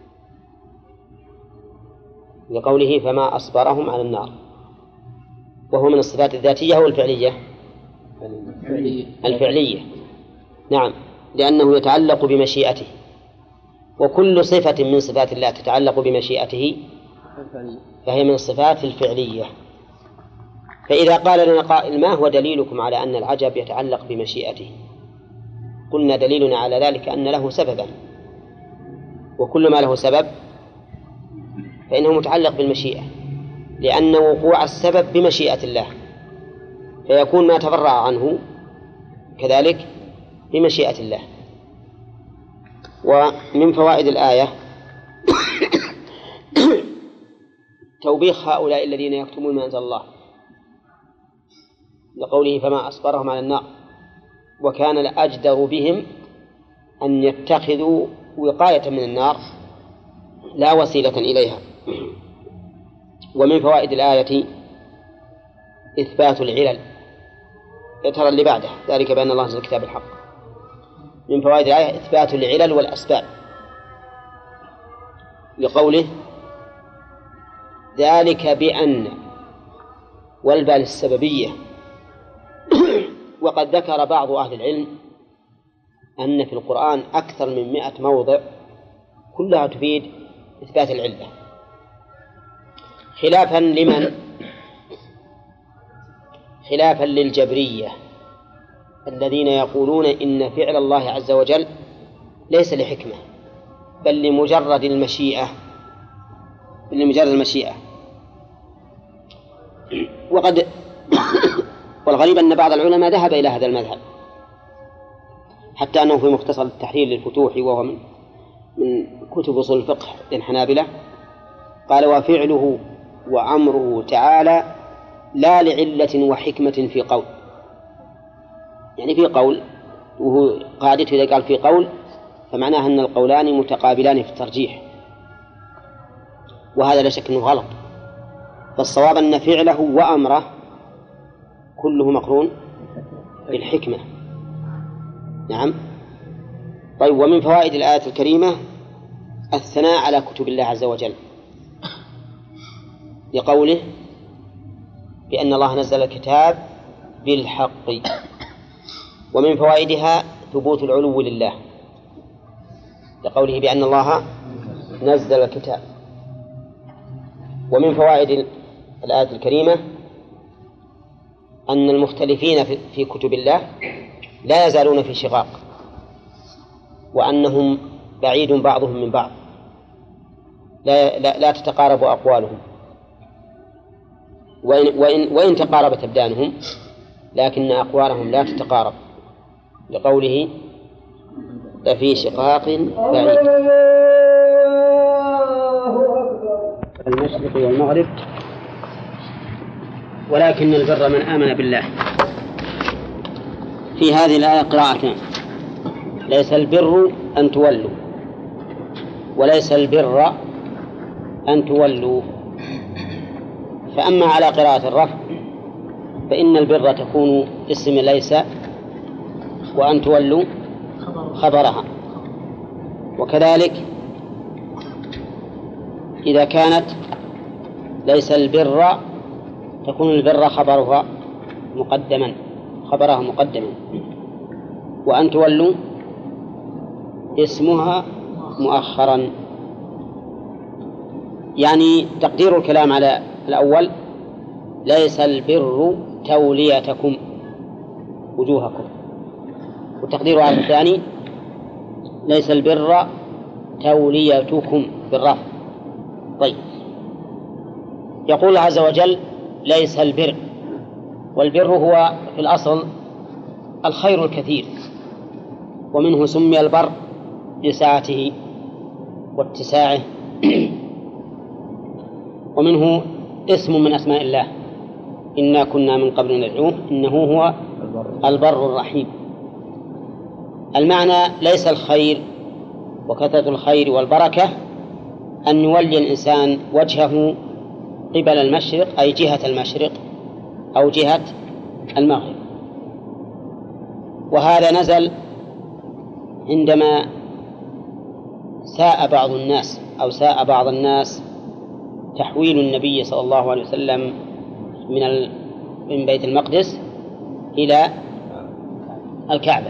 لقوله فما أصبرهم على النار، وهو من الصفات الذاتية والفعلية الفعلية. نعم، لأنه يتعلق بمشيئته، وكل صفة من صفات الله تتعلق بمشيئته فهي من الصفات الفعلية. فإذا قال لنا قائل ما هو دليلكم على أن العجب يتعلق بمشيئته؟ قلنا دليلنا على ذلك أن له سببا، وكل ما له سبب فإنه متعلق بالمشيئة، لأن وقوع السبب بمشيئة الله، فيكون ما تفرع عنه كذلك بمشيئة الله. ومن فوائد الآية توبيخ هؤلاء الذين يكتمون ما أنزل الله، لقوله فما أصبرهم على النار، وكان الأجدر بهم أن يتخذوا وقاية من النار لا وسيلة إليها. ومن فوائد الآية إثبات العلل، ترى اللي بعده ذلك بأن الله أنزل الكتاب الحق. من فوائد الآية إثبات العلل والأسباب، لقوله ذلك بأن والبال السببية. وقد ذكر بعض أهل العلم أن في القرآن أكثر من 100 موضع كلها تفيد إثبات العلة، خلافا لمن؟ خلافا للجبرية الذين يقولون إن فعل الله عز وجل ليس لحكمة بل لمجرد المشيئة، والغريب أن بعض العلماء ذهب إلى هذا المذهب، حتى أنه في مختصر التحرير للفتوح وهو من كتب أصول الفقه للحنابلة قال: وفعله وأمره تعالى لا لعلة وحكمة في قول. يعني في قول، وهو قاعدته إذا قال في قول فمعناه أن القولان متقابلان في الترجيح، وهذا لا شك أنه غلط. فالصواب أن فعله وأمره كله مقرون بالحكمة. نعم. طيب، ومن فوائد الآية الكريمة الثناء على كتب الله عز وجل لقوله بأن الله نزل الكتاب بالحق. ومن فوائدها ثبوت العلو لله لقوله بأن الله نزل الكتاب. ومن فوائد الآية الكريمة أن المختلفين في كتب الله لا يزالون في شقاق، وأنهم بعيد بعضهم من بعض، لا تتقارب أقوالهم، وإن تقاربت أبدانهم لكن أقوالهم لا تتقارب، لقوله لفي شقاق بعيد. المشرق والمغرب. ولكن البر من آمن بالله. في هذه الآية قراءتان: ليس البر أن تولوا، وليس البر أن تولوا. فأما على قراءة الرفع فإن البر تكون اسم ليس، وأن تولوا خبرها. وكذلك إذا كانت ليس البر تكون البر خبرها مقدما، وأن تولوا اسمها مؤخرا. يعني تقدير الكلام على الأول: ليس البر توليتكم وجوهكم، وتقدير على الثاني: ليس البر توليتكم بالرفع. طيب، يقول الله عز وجل: ليس البر. والبر هو في الأصل الخير الكثير، ومنه سمي البر لسعته واتساعه، ومنه اسم من أسماء الله: إنا كنا من قبل ندعوه إنه هو البر الرحيم. المعنى ليس الخير وكثرة الخير والبركة أن يولي الإنسان وجهه قبل المشرق، أي جهة المشرق أو جهة المغرب. وهذا نزل عندما ساء بعض الناس تحويل النبي صلى الله عليه وسلم من بيت المقدس إلى الكعبة،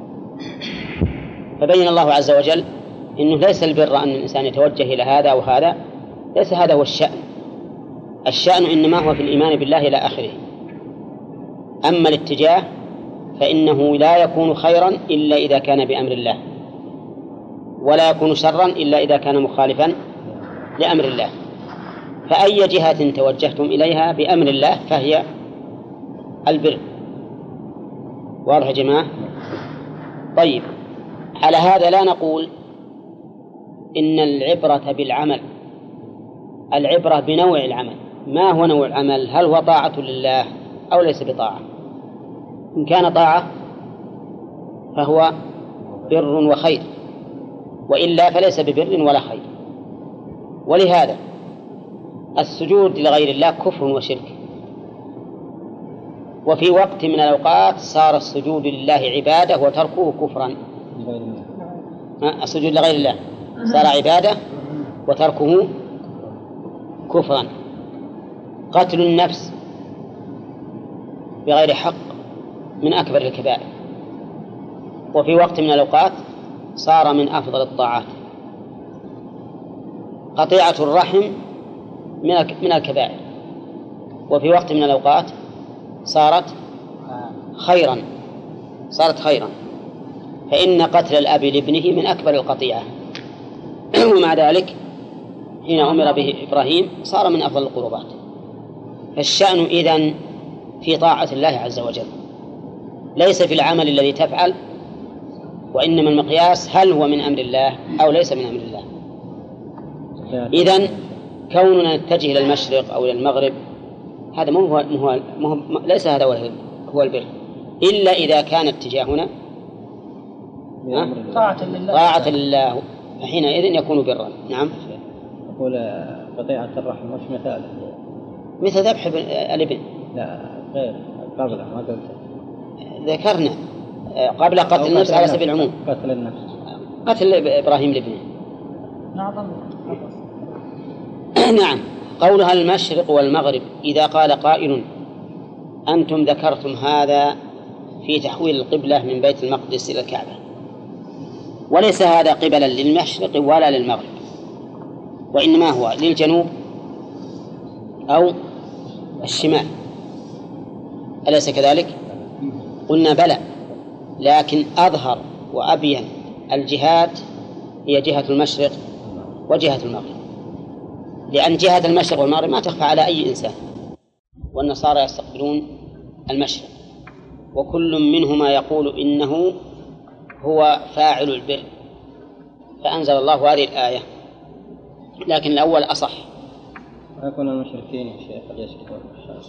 فبين الله عز وجل إنه ليس البر أن الإنسان يتوجه إلى هذا وهذا، ليس هذا هو الشأن إنما هو في الإيمان بالله إلى آخره. أما الاتجاه فإنه لا يكون خيرا إلا إذا كان بأمر الله، ولا يكون شرا إلا إذا كان مخالفا لأمر الله. فأي جهة توجهتم إليها بأمر الله فهي البر. واضح يا جماعة؟ طيب، على هذا لا نقول إن العبرة بالعمل، العبرة بنوع العمل. ما هو نوع العمل؟ هل هو طاعة لله أو ليس بطاعة؟ إن كان طاعة فهو بر وخير، وإلا فليس ببر ولا خير. ولهذا السجود لغير الله كفر وشرك، وفي وقت من الأوقات صار السجود لله عبادة وتركه كفرا. السجود لغير الله صار عبادة وتركه كفرا. قتل النفس بغير حق من أكبر الكبائر، وفي وقت من الأوقات صار من أفضل الطاعات. قطيعة الرحم من الكبائر، وفي وقت من الأوقات صارت خيرا. فإن قتل الأب لابنه من أكبر القطيعة، ومع ذلك حين أمر به إبراهيم صار من أفضل القربات. فالشأن إذن في طاعة الله عز وجل، ليس في العمل الذي تفعل وإنما المقياس هل هو من أمر الله أو ليس من أمر الله. إذن كوننا نتجه إلى المشرق أو إلى المغرب هذا ليس هذا هو البر، إلا إذا كان اتجاهنا طاعة لله فحينئذ يكون برا. نعم. يقول قطيعة الرحم مش مثل ذبح الابن. لا غير قبل ما قلت ذكرنا قبل قتل النفس على سبيل العموم. قتل النفس، قتل إبراهيم لابنه. نعم. قولها المشرق والمغرب إذا قال قائل أنتم ذكرتم هذا في تحويل القبلة من بيت المقدس إلى الكعبة، وليس هذا قبلا للمشرق ولا للمغرب، وإنما هو للجنوب أو الشمال، أليس كذلك؟ قلنا بلى، لكن أظهر وأبين الجهات هي جهة المشرق وجهة المغرب، لأن جهة المشرق والمغرب ما تخفى على أي إنسان، والنصارى يستقبلون المشرق، وكل منهما يقول إنه هو فاعل البر، فأنزل الله هذه الآية، لكن الأول أصح. يكون المشركين يا شيخ يسكتون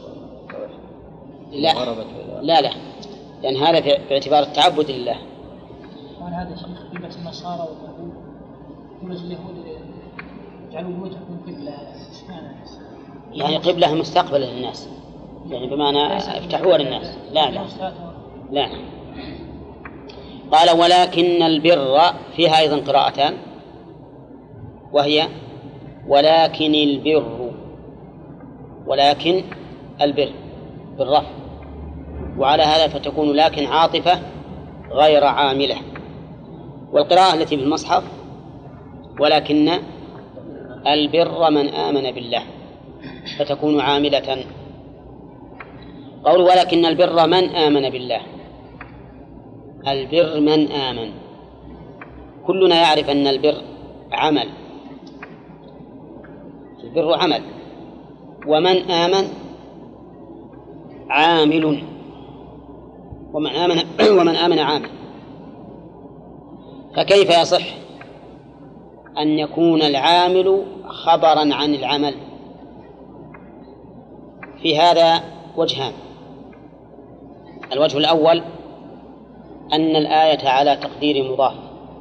لا لأن هذا في اعتبار التعبد لله. هذا شيخ قبلة النصارى واليهود، قبلة اليهود يجعلوا بيوتهم قبلة، يعني قبلة مستقبل للناس، يعني بمعنى افتحوها للناس. لا. قال ولكن البر فيها أيضا قراءتان، وهي ولكن البر بالرفع، وعلى هذا فتكون لكن عاطفة غير عاملة. والقراءة التي بالمصحف ولكن البر من آمن بالله، فتكون عاملة. قول ولكن البر من آمن بالله، البر من آمن، كلنا يعرف أن البر عمل، البر عمل، ومن آمن عامل، ومن آمن عامل. فكيف يصح أن يكون العامل خبرا عن العمل؟ في هذا وجهان. الوجه الأول أن الآية على تقدير مضاف،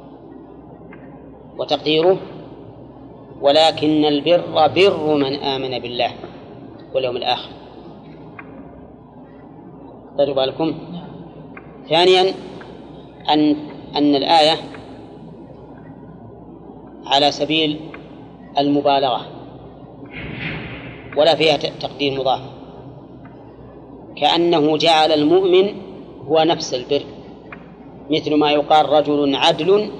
وتقديره ولكن البر بر من آمن بالله واليوم الآخر. خذوا بالكم. ثانيا أن الآية على سبيل المبالغة ولا فيها تقدير مضاف، كأنه جعل المؤمن هو نفس البر، مثل ما يقال رجل عدل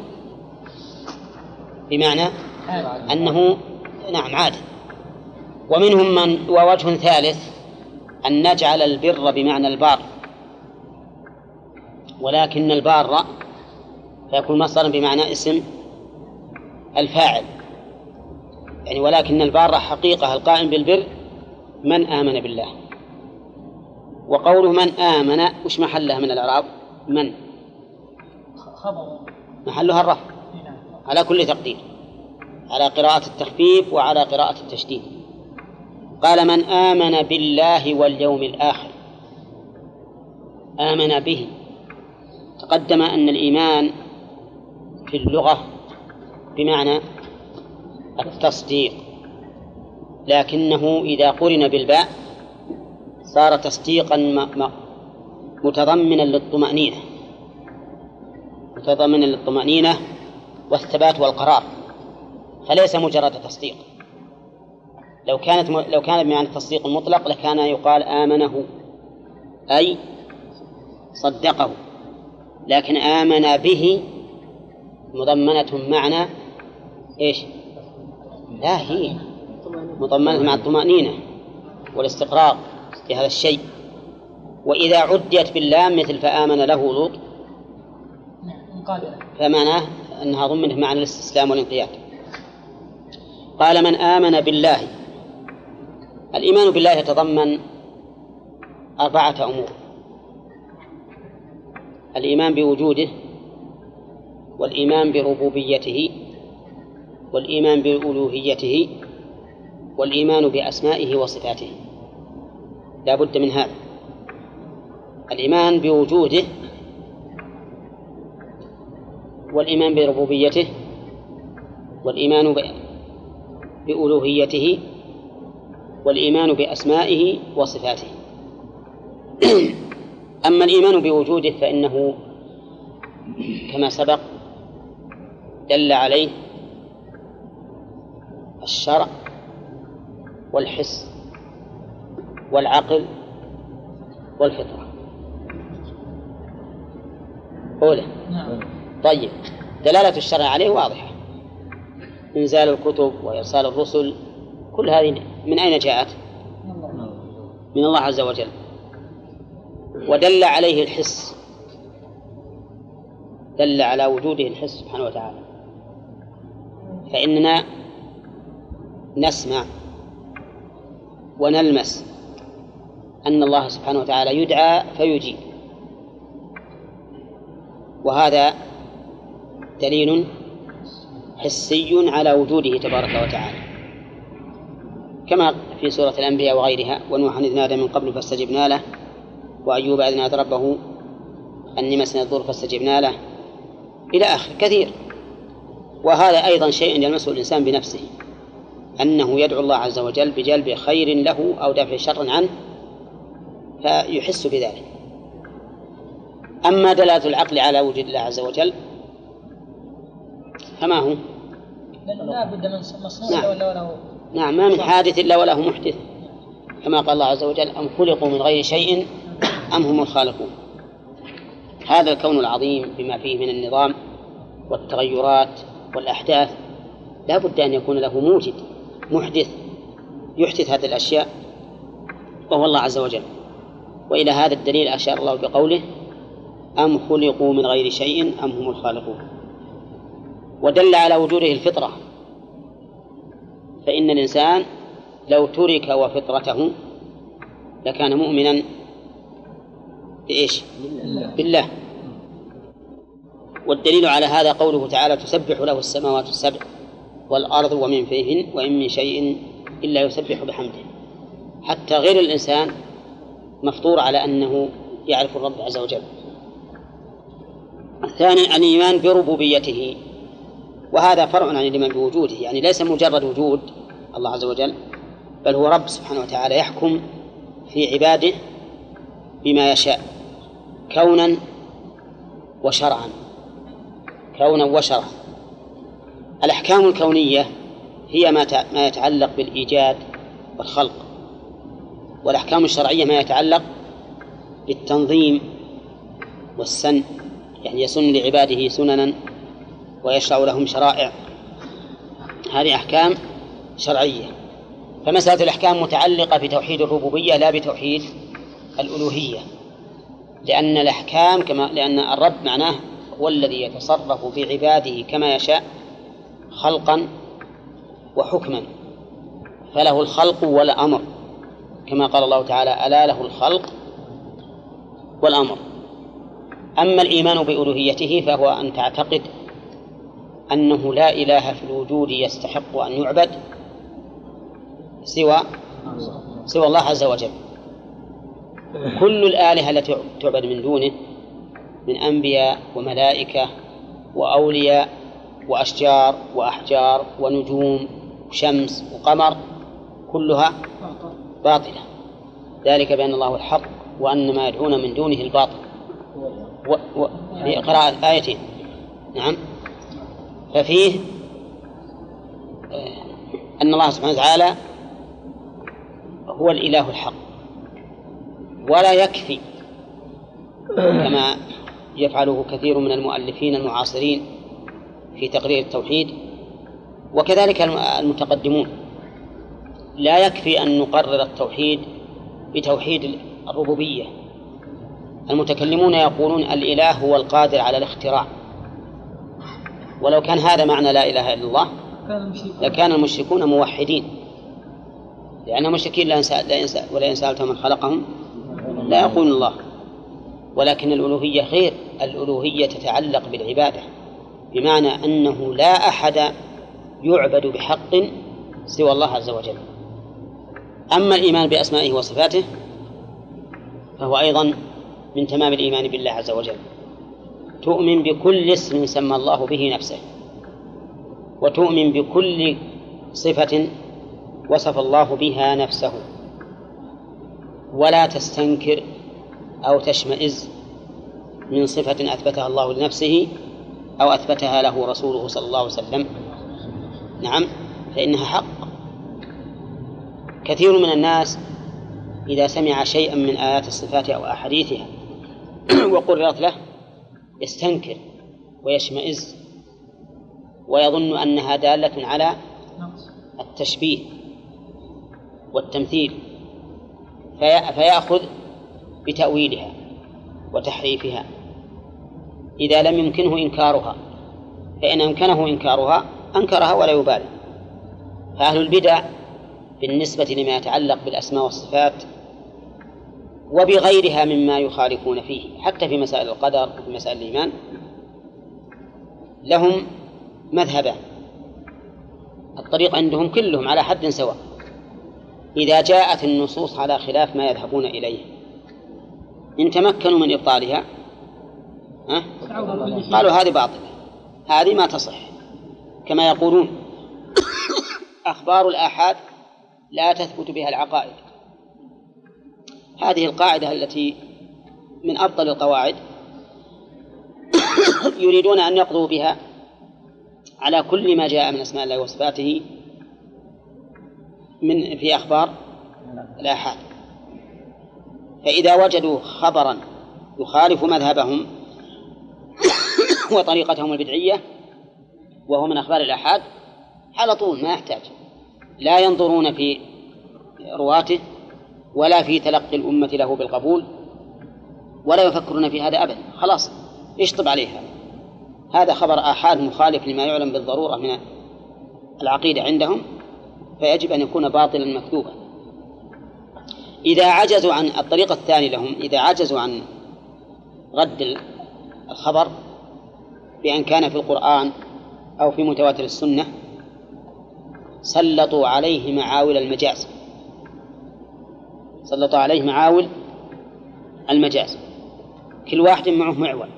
بمعنى أنه نعم عادل. ومنهم من ووجه ثالث أن نجعل البر بمعنى البار، ولكن البار فيكون مصدرا بمعنى اسم الفاعل، يعني ولكن البار حقيقة القائم بالبر من آمن بالله. وقوله من آمن وش محلها من الإعراب؟ من خبر محلها الرفع على كل تقدير، على قراءة التخفيف وعلى قراءة التشديد. قال من آمن بالله واليوم الآخر، آمن به. تقدم أن الإيمان في اللغة بمعنى التصديق، لكنه إذا قرن بالباء صار تصديقا متضمنا للطمأنينة والثبات والقرار، فليس مجرد تصديق. لو كان بمعنى التصديق المطلق لكان يقال آمنه أي صدقه، لكن آمن به مضمنة معنى إيش؟ لا، هي مضمنة مع الطمأنينة والاستقرار في هذا الشيء. وإذا عديت باللام مثل فآمن له لوط فمعناه أنها ضمنت معنى الاستسلام والانقياد. قال من آمن بالله. الإيمان بالله يتضمن 4 أمور: الإيمان بوجوده والإيمان بربوبيته والإيمان بألوهيته والإيمان بأسمائه وصفاته. لا بد من هذا، الإيمان بوجوده والإيمان بربوبيته والإيمان بألوهيته والإيمان بأسمائه وصفاته. أما الإيمان بوجوده فإنه كما سبق دل عليه الشرع والحس والعقل والفطرة. أولى. طيب، دلالة الشرع عليه واضحة، إنزال الكتب وإرسال الرسل، كل هذه من أين جاءت؟ من الله عز وجل. ودل عليه الحس، دل على وجوده الحس سبحانه وتعالى، فإننا نسمع ونلمس أن الله سبحانه وتعالى يدعى فيجيب، وهذا دليل حسي على وجوده تبارك وتعالى، كما في سورة الأنبياء وغيرها: ونوحا إذ نادى من قبل فاستجبنا له، وأيوب إذ نادى ربه أني مسني الضر فاستجبنا له، إلى آخر كثير. وهذا أيضا شيء يلمسه الإنسان بنفسه، أنه يدعو الله عز وجل بجلب خير له أو دفع شر عنه فيحس بذلك. أما دلالة العقل على وجود الله عز وجل فما هو؟ لا بد من مصنوع ولا وله. نعم، ما من حادث إلا وله محدث، كما قال الله عز وجل: أم خلقوا من غير شيء أم هم الخالقون. هذا الكون العظيم بما فيه من النظام والتغيرات والأحداث لا بد أن يكون له موجد محدث يحدث هذه الأشياء، وهو الله عز وجل. وإلى هذا الدليل أشار الله بقوله: أم خلقوا من غير شيء أم هم الخالقون. ودل على وجوده الفطرة، فإن الإنسان لو ترك وفطرته لكان مؤمنا بإيش؟ بالله. والدليل على هذا قوله تعالى: تسبح له السماوات السبع والأرض ومن فيهن وإن من شيء إلا يسبح بحمده. حتى غير الإنسان مفطور على أنه يعرف الرب عز وجل. ثانيا الإيمان بربوبيته، وهذا فرع عن الإيمان بوجوده، يعني ليس مجرد وجود الله عز وجل، بل هو رب سبحانه وتعالى يحكم في عباده بما يشاء كونا وشرعا. كونا وشرعا. الأحكام الكونية هي ما يتعلق بالإيجاد والخلق، والأحكام الشرعية ما يتعلق بالتنظيم والسن، يعني يسن لعباده سننا ويشرع لهم شرائع، هذه أحكام شرعية. فمسألة الأحكام متعلقة بتوحيد الربوبية لا بتوحيد الألوهية، لأن الأحكام لأن الرب معناه هو الذي يتصرف في عباده كما يشاء خلقا وحكما، فله الخلق والأمر، كما قال الله تعالى: ألا له الخلق والأمر. أما الإيمان بألوهيته فهو أن تعتقد أنه لا إله في الوجود يستحق أن يعبد سوى الله عز وجل. كل الآلهة التي تعبد من دونه من أنبياء وملائكة وأولياء وأشجار وأحجار ونجوم وشمس وقمر كلها باطلة، ذلك بأن الله الحق وأن ما يدعون من دونه الباطل. في قراءة آيتين. نعم. ففيه أن الله سبحانه وتعالى هو الإله الحق، ولا يكفي كما يفعله كثير من المؤلفين المعاصرين في تقرير التوحيد، وكذلك المتقدمون، لا يكفي أن نقرر التوحيد بتوحيد الربوبية. المتكلمون يقولون الإله هو القادر على الاختراع، ولو كان هذا معنى لا إله إلا الله لكان المشركون موحدين، لأن المشركين ولا إن سألتهم من خلقهم لا يقولون الله. ولكن الألوهية غير، الألوهية تتعلق بالعبادة، بمعنى أنه لا أحد يعبد بحق سوى الله عز وجل. أما الإيمان بأسمائه وصفاته فهو أيضا من تمام الإيمان بالله عز وجل. تؤمن بكل اسم سمى الله به نفسه، وتؤمن بكل صفة وصف الله بها نفسه، ولا تستنكر أو تشمئز من صفة أثبتها الله لنفسه أو أثبتها له رسوله صلى الله عليه وسلم. نعم، فإنها حق. كثير من الناس إذا سمع شيئا من آيات الصفات أو أحاديثها وقررت له يستنكر ويشمئز ويظن أنها دالة على التشبيه والتمثيل، فيأخذ بتأويلها وتحريفها إذا لم يمكنه إنكارها، فإن أمكنه إنكارها أنكرها ولا يبالي. فأهل البدع بالنسبة لما يتعلق بالأسماء والصفات وبغيرها مما يخالفون فيه حتى في مسائل القدر وفي مسائل الإيمان لهم مذهبان. الطريق عندهم كلهم على حد سواء، إذا جاءت النصوص على خلاف ما يذهبون إليه إن تمكنوا من إبطالها قالوا هذه باطلة، هذه ما تصح. كما يقولون أخبار الآحاد لا تثبت بها العقائد. هذه القاعدة التي من أبطل القواعد يريدون أن يقضوا بها على كل ما جاء من أسماء الله وصفاته في أخبار الآحاد. فإذا وجدوا خبرا يخالف مذهبهم وطريقتهم البدعية وهو من أخبار الآحاد على طول ما يحتاج، لا ينظرون في رواته ولا في تلقي الأمة له بالقبول ولا يفكرون في هذا أبدا، خلاص يشطب عليها. هذا خبر آحاد مخالف لما يعلم بالضرورة من العقيدة عندهم، فيجب أن يكون باطلا مكذوبا. إذا عجزوا عن الطريقة الثانية لهم، إذا عجزوا عن رد الخبر بأن كان في القرآن أو في متواتر السنة سلطوا عليه معاول المجاز، سلطوا عليه معاول المجاز. كل واحد معه معول،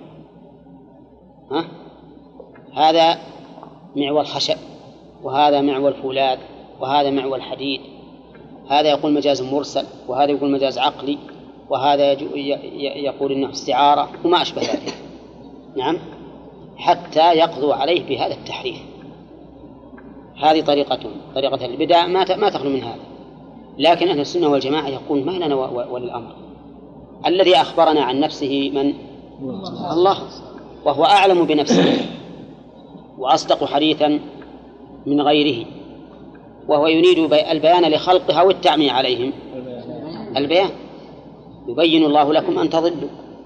هذا معول خشب وهذا معول فولاذ وهذا معول حديد، هذا يقول مجاز مرسل وهذا يقول مجاز عقلي وهذا يقول إنه استعارة وما أشبه ذلك. نعم، حتى يقضوا عليه بهذا التحريف. هذه طريقتهم، طريقة البدع ما تخلو من هذا. لكن أهل السنة والجماعة يقول ما لنا وللأمر، الذي أخبرنا عن نفسه من الله، وهو أعلم بنفسه وأصدق حديثا من غيره، وهو يريد البيان لخلقها والتعمية عليهم. البيان يبين الله لكم أن تضلوا،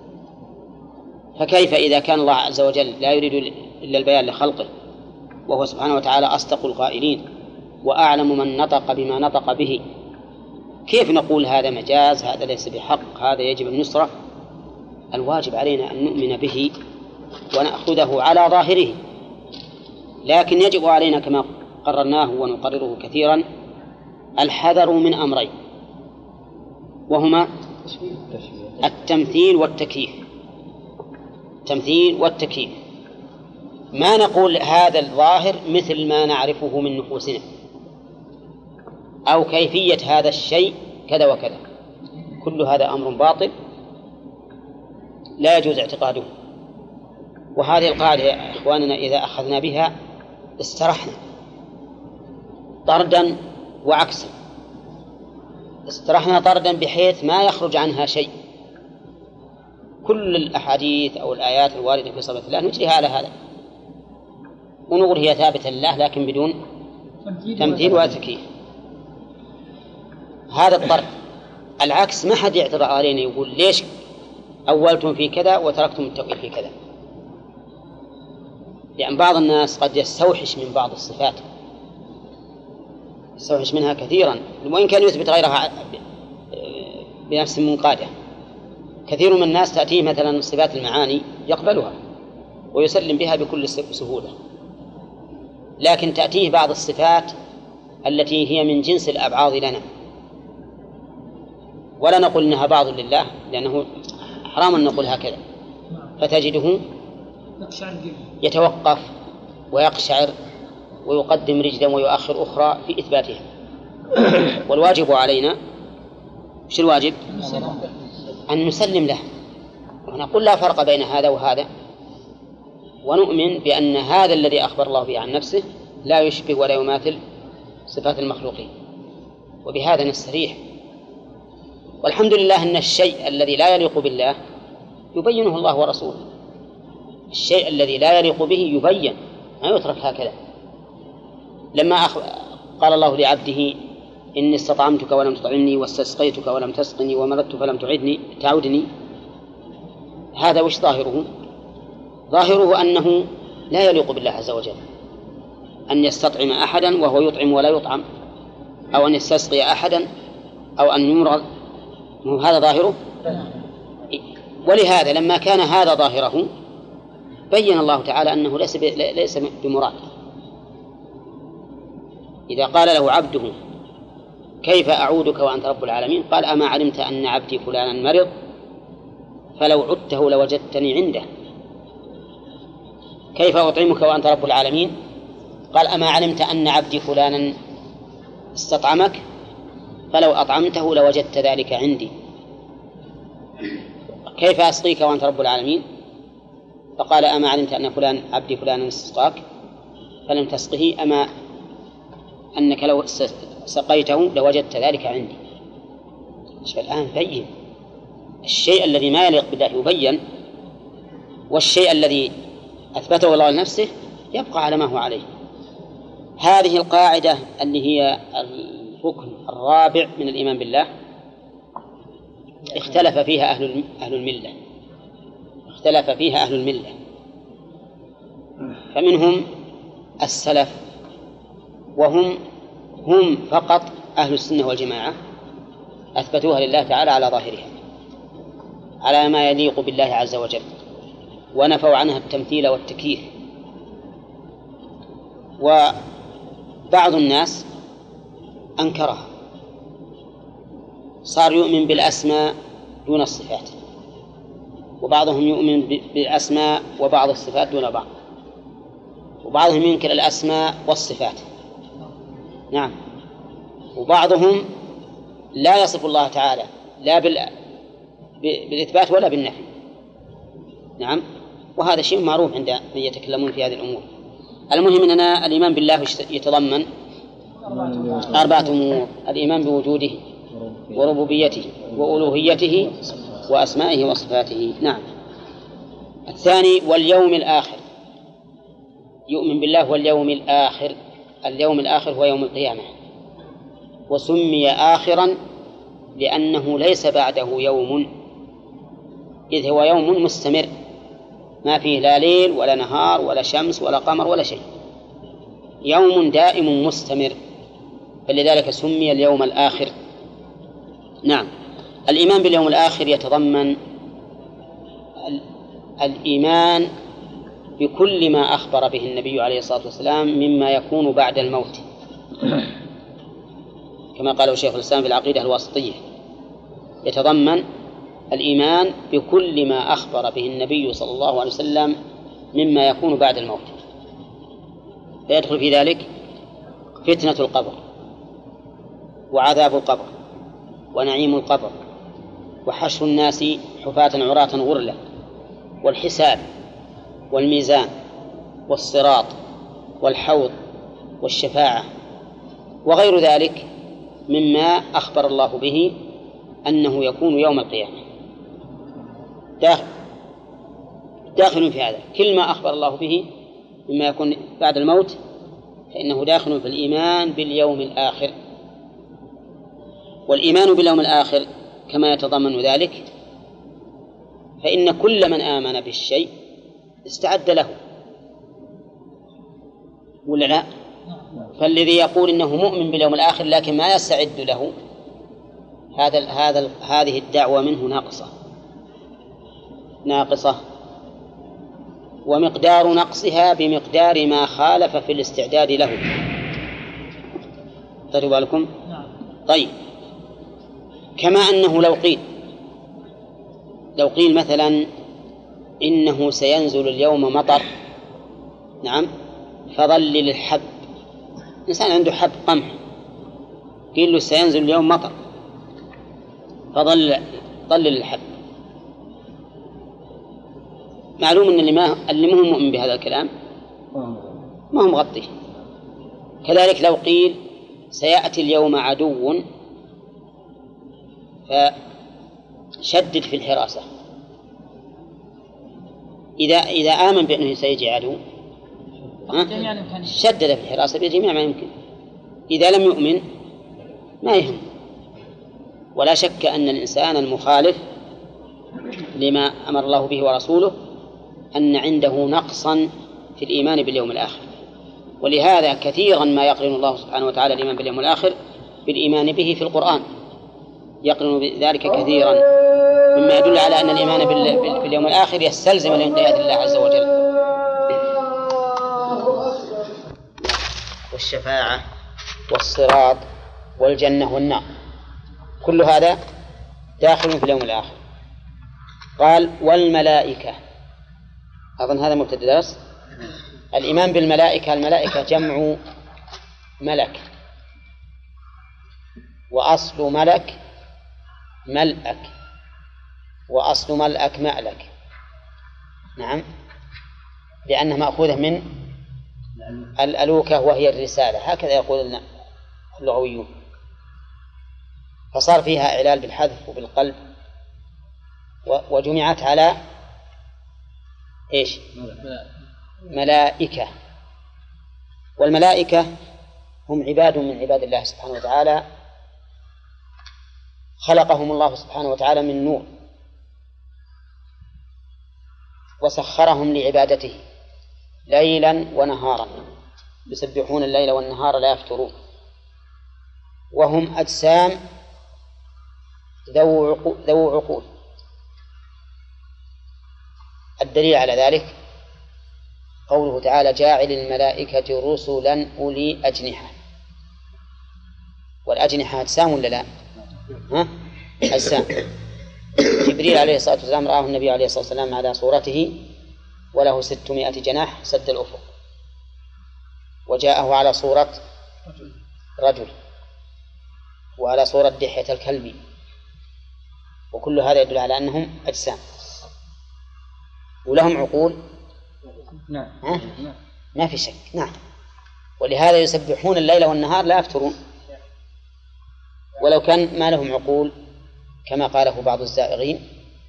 فكيف إذا كان الله عز وجل لا يريد إلا البيان لخلقه وهو سبحانه وتعالى أصدق القائلين وأعلم من نطق بما نطق به، كيف نقول هذا مجاز، هذا ليس بحق، هذا يجب النصرة؟ الواجب علينا أن نؤمن به ونأخذه على ظاهره، لكن يجب علينا كما قررناه ونقرره كثيرا الحذر من أمرين، وهما التمثيل والتكييف. التمثيل والتكييف، ما نقول هذا الظاهر مثل ما نعرفه من نفوسنا، أو كيفية هذا الشيء كذا وكذا، كل هذا أمر باطل لا يجوز اعتقاده. وهذه القاعدة يا إخواننا إذا أخذنا بها استرحنا طردا وعكسا. استرحنا طردا بحيث ما يخرج عنها شيء، كل الأحاديث أو الآيات الواردة في صفة الله نجريها على هذا ونقول هي ثابتة لله لكن بدون تمثيل وتكييف. هذا الطرد. العكس ما حد يعترض علينا يقول ليش أولتم في كذا وتركتم التأويل في كذا، لأن بعض الناس قد يستوحش من بعض الصفات، يستوحش منها كثيرا وإن كان يثبت غيرها بنفس منقادة. كثير من الناس تأتيه مثلا صفات المعاني يقبلها ويسلم بها بكل سهولة. لكن تأتيه بعض الصفات التي هي من جنس الأبعاض لنا، ولا نقول إنها بعض لله لأنه حرام أن نقول هكذا، فتجده يتوقف ويقشعر ويقدم رجلا ويؤخر أخرى في إثباتها. والواجب علينا، وش الواجب؟ أن نسلم له ونقول لا فرق بين هذا وهذا، ونؤمن بأن هذا الذي أخبر الله به عن نفسه لا يشبه ولا يماثل صفات المخلوقين، وبهذا نستريح. والحمد لله أن الشيء الذي لا يليق بالله يبينه الله ورسوله. الشيء الذي لا يليق به يبين، ما يترك هكذا. لما قال الله لعبده إني استطعمتك ولم تطعمني واستسقيتك ولم تسقني ومرضت فلم تعودني، هذا وش ظاهره؟ ظاهره أنه لا يليق بالله عز وجل أن يستطعم أحدا وهو يطعم ولا يطعم، أو أن يستسقي أحدا أو أن يمرض، هذا ظاهره. ولهذا لما كان هذا ظاهره بين الله تعالى أنه ليس بمراد. إذا قال له عبده كيف أعودك وأنت رب العالمين؟ قال أما علمت أن عبدي فلانا مرض فلو عدته لوجدتني عنده. كيف أطعمك وأنت رب العالمين؟ قال أما علمت أن عبدي فلانا استطعمك فلو أطعمته لوجدت ذلك عندي. كيف أسقيك وأنت رب العالمين؟ فقال أما علمت أن فلان عبدي فلانا استسقاك فلم تسقه أما أنك لو سقيته لوجدت ذلك عندي. الآن بين الشيء الذي ما يليق بالله يبين، والشيء الذي أثبته الله لنفسه يبقى على ما هو عليه. هذه القاعدة اللي هي الركن الرابع من الإيمان بالله اختلف فيها أهل الملة، اختلف فيها أهل الملة، فمنهم السلف وهم فقط أهل السنة والجماعة أثبتوها لله تعالى على ظاهرها على ما يليق بالله عز وجل، ونفوا عنها التمثيل والتكييف. وبعض الناس أنكرها، صار يؤمن بالأسماء دون الصفات، وبعضهم يؤمن بالأسماء وبعض الصفات دون بعض، وبعضهم ينكر الأسماء والصفات. نعم. وبعضهم لا يصف الله تعالى لا بالإثبات ولا بالنفي. نعم. وهذا شيء معروف عند من يتكلمون في هذه الأمور. المهم أننا الإيمان بالله يتضمن 4 أمور: الإيمان بوجوده وربوبيته وألوهيته وأسمائه وصفاته. نعم. الثاني واليوم الآخر، يؤمن بالله واليوم الآخر. اليوم الآخر هو يوم القيامة، وسمي آخرا لأنه ليس بعده يوم، إذ هو يوم مستمر ما فيه لا ليل ولا نهار ولا شمس ولا قمر ولا شيء، يوم دائم مستمر، فلذلك سمي اليوم الآخر. نعم. الإيمان باليوم الآخر يتضمن الإيمان بكل ما أخبر به النبي عليه الصلاة والسلام مما يكون بعد الموت، كما قاله شيخ الإسلام في العقيدة الواسطية، يتضمن الإيمان بكل ما أخبر به النبي صلى الله عليه وسلم مما يكون بعد الموت، فيدخل في ذلك فتنة القبر وعذاب القبر ونعيم القبر وحشر الناس حفاة عراة غرلا والحساب والميزان والصراط والحوض والشفاعة وغير ذلك مما أخبر الله به أنه يكون يوم القيامة. داخل في هذا، كل ما أخبر الله به مما يكون بعد الموت فإنه داخل في الإيمان باليوم الآخر. والإيمان باليوم الآخر كما يتضمن ذلك، فإن كل من آمن بالشيء استعد له، ولا لا؟ فالذي يقول إنه مؤمن باليوم الآخر لكن ما يستعد له، هذه الدعوة منه ناقصة. ومقدار نقصها بمقدار ما خالف في الاستعداد له. خذوا بالكم. طيب، كما أنه لو قيل مثلا إنه سينزل اليوم مطر، نعم، فظلل الحب، إنسان عنده حب قمح قيل له سينزل اليوم مطر فظلل الحب، معلوم أن اللي ما هو مؤمن بهذا الكلام ما هو مغطيه. كذلك لو قيل سيأتي اليوم عدو فشدد في الحراسة، إذا آمن بأنه سيجي عدو شدد في الحراسة بجميع ما يمكن. إذا لم يؤمن ما يهم. ولا شك أن الإنسان المخالف لما أمر الله به ورسوله أن عنده نقصا في الإيمان باليوم الآخر، ولهذا كثيرا ما يقرن الله سبحانه وتعالى الإيمان باليوم الآخر بالإيمان به في القرآن، يقرن ذلك كثيرا، مما يدل على أن الإيمان باليوم الآخر يستلزم الانقياد لله عز وجل. والشفاعة والصراط والجنة والنار كل هذا داخل في اليوم الآخر. قال والملائكة، أظن هذا مبتدأ درس. الإيمان بالملائكة، الملائكة جمع ملك، وأصل ملك ملأك، وأصل ملأك مألك، نعم، لأنها مأخوذة من الألوكة وهي الرسالة، هكذا يقول اللغويون، فصار فيها إعلال بالحذف وبالقلب، وجمعت على إيش؟ ملائكة. والملائكة هم عباد من عباد الله سبحانه وتعالى، خلقهم الله سبحانه وتعالى من نور وسخرهم لعبادته ليلا ونهارا، يسبحون الليل والنهار لا يفترون، وهم أجسام ذو عقول. الدليل على ذلك قوله تعالى جاعل الملائكة رسلا أولي أجنحة. والأجنحة أجسام ولا لا؟ أجسام. جبريل عليه الصلاة والسلام رآه النبي عليه الصلاة والسلام على صورته وله 600 جناح سد الأفق، وجاءه على صورة رجل وعلى صورة دحية الكلب، وكل هذا يدل على أنهم أجسام ولهم عقول. نعم. ما في شك. نعم. ولهذا يسبحون الليل والنهار لا يفترون. ولو كان ما لهم عقول كما قاله بعض الزائغين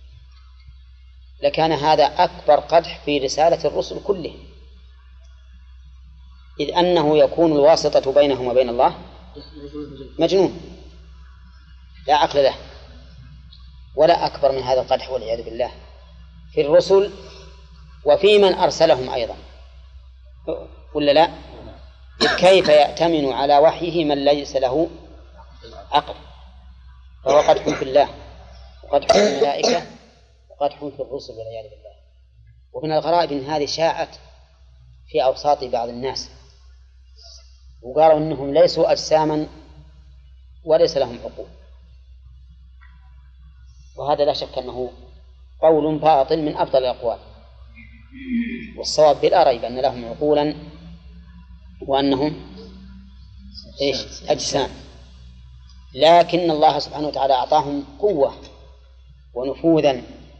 لكان هذا أكبر قدح في رسالة الرسل كلهم، إذ أنه يكون الواسطة بينهم وبين الله مجنون لا عقل له. ولا أكبر من هذا القدح والعياذ بالله في الرسل وفي من أرسلهم أيضا، ولا لا؟ كيف يأتمن على وحيه من ليس له عقل؟ فهو قدح في الله وقدح في الملائكة وقدح في الرسل والعياذ بالله. ومن الغرائب أن هذه شاعت في أوساط بعض الناس، وقالوا أنهم ليسوا أجساما وليس لهم عقول، وهذا لا شك أنه قول باطل من أفضل الأقوال. والصواب بلا ريب أن لهم عقولا وأنهم أجسام، لكن الله سبحانه وتعالى أعطاهم قوة ونفوذا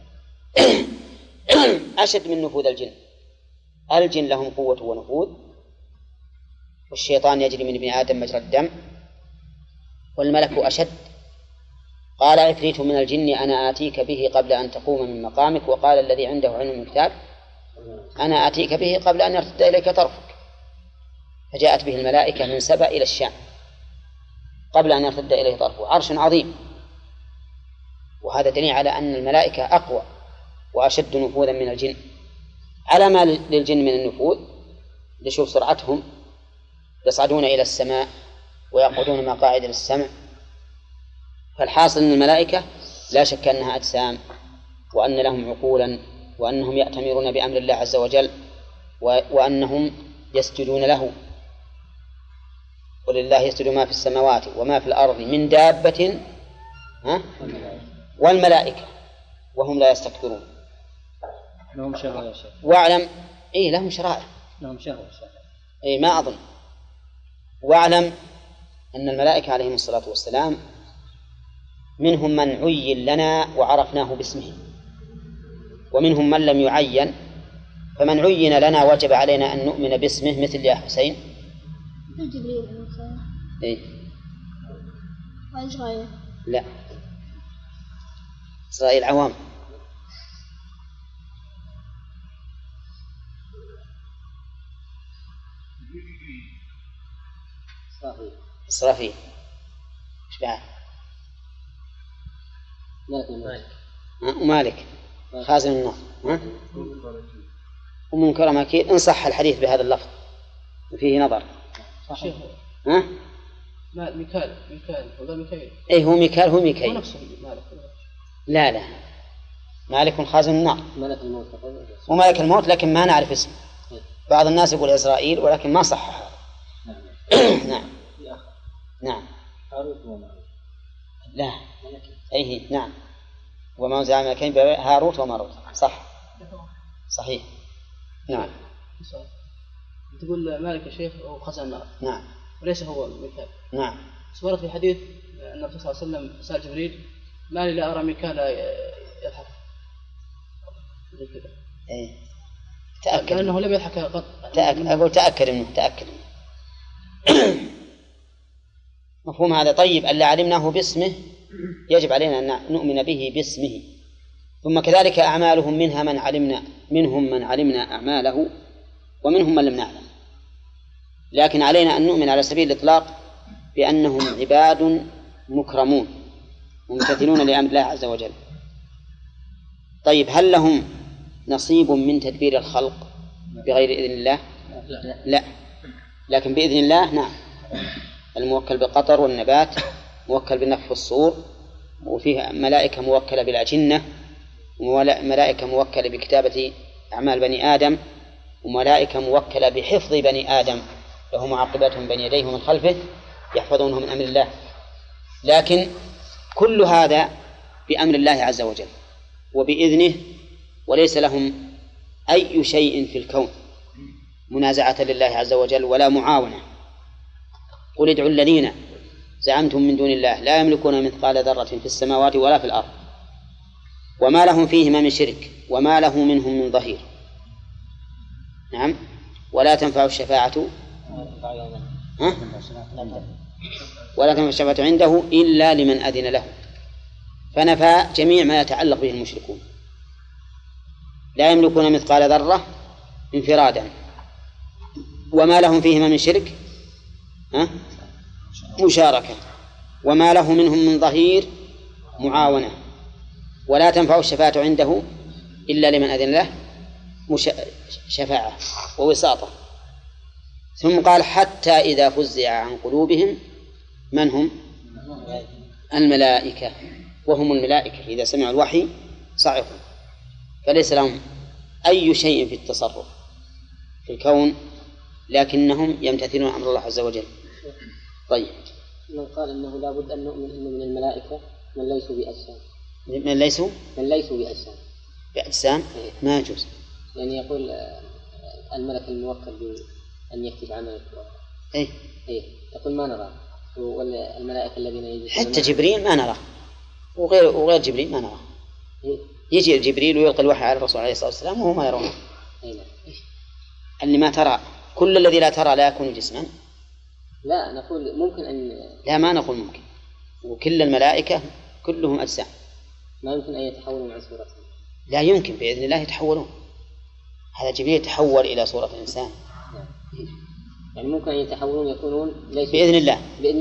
أشد من نفوذ الجن. الجن لهم قوة ونفوذ، والشيطان يجري من ابن آدم مجرى الدم، والملك أشد. قال عفريت من الجن أنا آتيك به قبل أن تقوم من مقامك، وقال الذي عنده علم من الكتاب أنا آتيك به قبل أن يرتد إليك طرفك. فجاءت به الملائكة من سبأ إلى الشام قبل أن يرتد إليه طرفه، عرش عظيم. وهذا دليل على أن الملائكة أقوى وأشد نفوذا من الجن، على ما للجن من النفوذ. لشوف سرعتهم، يصعدون إلى السماء ويقعدون مقاعد للسمع. فالحاصل أن الملائكة لا شك أنها أجسام وأن لهم عقولا وأنهم يأتمرون بأمر الله عز وجل، وأنهم يسجدون له. ولله يسجد ما في السماوات وما في الأرض من دابة والملائكة وهم لا يستكبرون. لهم شرائع يا شيخ. واعلم لهم شرائع. لهم شرائع. ما أظن. واعلم أن الملائكة عليهم الصلاة والسلام منهم من عين لنا وعرفناه باسمه، ومنهم من لم يعين، فمن عين لنا وجب علينا أن نؤمن باسمه، مثل يا حسين جبريل عليه السلام. وإسرائيل لا، إسرائيل عوام. إسرافيل إيش بعد؟ مالك خازن النار ومنكر مكيد، إن صح الحديث بهذا اللفظ فيه نظر. صحيح. ميكال هو ميكائيل. هو ميكال هو ميكائيل. نفسه مالك. لا مالك خازن النار. ملك الموت. وملك الموت، لكن ما نعرف اسمه. بعض الناس يقول إسرائيل ولكن ما صح. نعم. هاروت وماروت. لا. نعم. وما أنزل على الملكين هاروت وماروت. صحيح. نعم. تقول مالك يا شيخ هو خزن النار. نعم. وليس هو ميكال. نعم. ورد في حديث أن الرسول صلى الله عليه وسلم سأل جبريل: ما لي لا أرى ميكال يضحك. تأكد. لأنه لم يضحك قط. أقول تأكد منه. مفهوم هذا؟ طيب، ألا علمناه باسمه يجب علينا أن نؤمن به باسمه. ثم كذلك أعمالهم منهم من علمنا أعماله ومنهم من لم نعلم، لكن علينا أن نؤمن على سبيل الإطلاق بأنهم عباد مكرمون ممتثلون لأمر الله عز وجل. طيب، هل لهم نصيب من تدبير الخلق بغير إذن الله؟ لا. لكن بإذن الله نعم. الموكل بالقطر والنبات، موكل بالنفخ في الصور، وفيه ملائكة موكلة بالأجنة، وملائكة موكلة بكتابة أعمال بني آدم، وملائكة موكلة بحفظ بني آدم له معقبات من بين يديه ومن خلفه يحفظونه من أمر الله. لكن كل هذا بأمر الله عز وجل وبإذنه، وليس لهم أي شيء في الكون منازعة لله عز وجل ولا معاونة. قل ادعوا الذين زعمتم من دون الله لا يملكون مثقال ذرة في السماوات ولا في الأرض وما لهم فيهما من شرك وما له منهم من ظهير. نعم. ولا تنفع الشفاعة عنده إلا لمن أذن له، فنفى جميع ما يتعلق به المشركون. لا يملكون مثقال ذرة انفرادا، وما لهم فيهما من شرك مشاركة، وما له منهم من ظهير معاونة. ولا تنفع الشفاعة عنده إلا لمن أذن له شفاعة ووساطة. ثم قال: حتى إذا فزع عن قلوبهم من هم؟ الملائكة، وهم الملائكة إذا سمعوا الوحي صعقوا، فليس لهم أي شيء في التصرف في الكون، لكنهم يمتثلون أمر الله عز وجل. طيب، من قال إنه لابد أن نؤمن إنه من الملائكة من ليسوا بأجسام. من ليسوا بأجسام ما يجوز. يعني يقول الملك الموكل بأن يكتب عملك. يقول ما نرى، ولا الملائكة الذين يجلسون حتى جبريل ما نرى، وغير جبريل ما نرى. يجي جبريل ويلقي الوحي على الرسول عليه الصلاة والسلام وهو ما يرونه. اللي ما ترى، كل الذي لا ترى لا يكون جسما. لا، نقول ممكن أن. لا، ما نقول ممكن. وكل الملائكة كلهم أجسام. ما يمكن أن يتحولوا عن صورتهم. لا يمكن، بإذن الله يتحولون. هذا جبريل تحول إلى صورة إنسان. يعني ممكن أن يتحولون يكونون بإذن الله.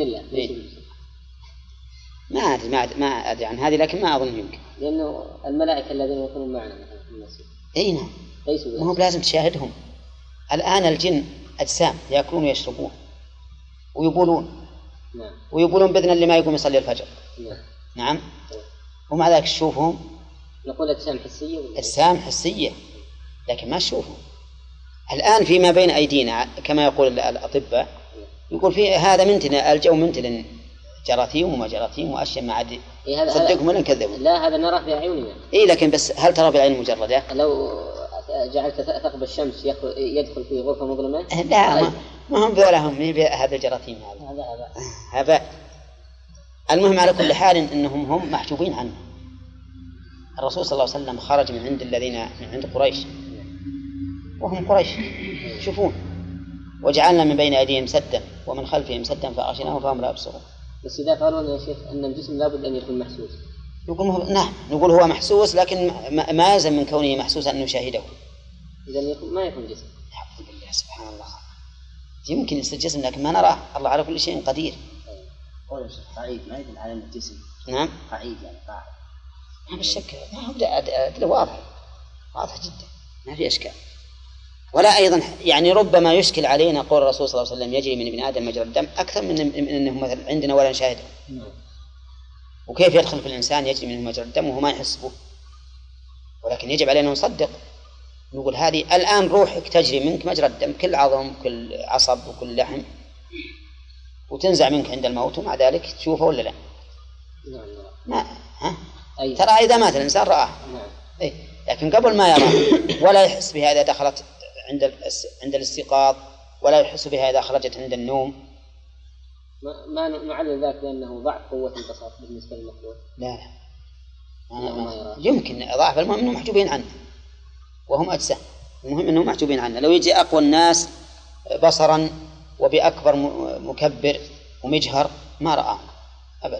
ما أدري عن هذه، لكن ما أظن يمكن. لأنه الملائكة الذين يكونون معنا مثلا في المسجد. نعم. ما هو لازم تشاهدهم. الآن الجن أجسام يأكلون ويشربون ويبولون. نعم. ويبولون بإذن اللي ما يقوم يصلي الفجر. نعم. ومع ذلك تشوفهم نقول أجسام حسية ولا أجسام حسية، لكن ما تشوفه. الآن فيما بين أيدينا كما يقول الأطباء، يقول في هذا منتنا ألجأوا منتنا جراثيم وما جراثيم وأشياء ما عاد صدقهم ولا نكذبوا. لا هذا نراه بعيوننا. إيه لكن بس هل ترى بالعين المجردة؟ لو جعلت ثقب الشمس يدخل في غرفة مظلمة. لا ما هم ذولا هم هذا الجراثيم هذا. المهم على كل حال إنهم محجوبين عنه. الرسول صلى الله عليه وسلم خرج من عند قريش وهم قريش شوفون، وجعلنا من بين أيديهم سدا ومن خلفهم سدا فأغشيناهم فهم لا يبصرون. بس إذا قالوا يا شيخ أن الجسم لابد أن يكون محسوس، نعم نقول هو محسوس، لكن ما يلزم من كونه محسوسا أن نشاهده. إذا ما يكون جسم. أعوذ بالله سبحان الله. يمكن يصير جسم لكن ما نراه. الله على كل شيء قدير. قول قعيد ما يدل على الجسم. نعم قعيد يعني قاعد. ما بالشك، ما هو أدلة واضح جدا، ما في إشكال. ولا أيضا يعني ربما يشكل علينا قول الرسول صلى الله عليه وسلم يجري من ابن آدم مجرى الدم أكثر من أنه مثلا عندنا ولا نشاهده. وكيف يدخل في الإنسان يجري منه مجرى الدم وهو ما يحس به؟ ولكن يجب علينا نصدق، نقول هذه الآن روحك تجري منك مجرى الدم، كل عظم كل عصب وكل لحم، وتنزع منك عند الموت، ومع ذلك تشوفه ولا لا؟ ما ترى إذا مات الإنسان رآه. إيه؟ لكن قبل ما يرى ولا يحس بها إذا دخلت عند الاستيقاظ، ولا يحس بها إذا خرجت عند النوم. ما نعلل ذلك بأنه ضعف قوة البصر بالنسبة للمخلوق. لا يمكن ضعف، المهم أنهم محجوبين عنه وهم أجسام، المهم أنهم محجوبين عنه. لو يجي أقوى الناس بصرا وبأكبر مكبر ومجهر ما رآه أبدا.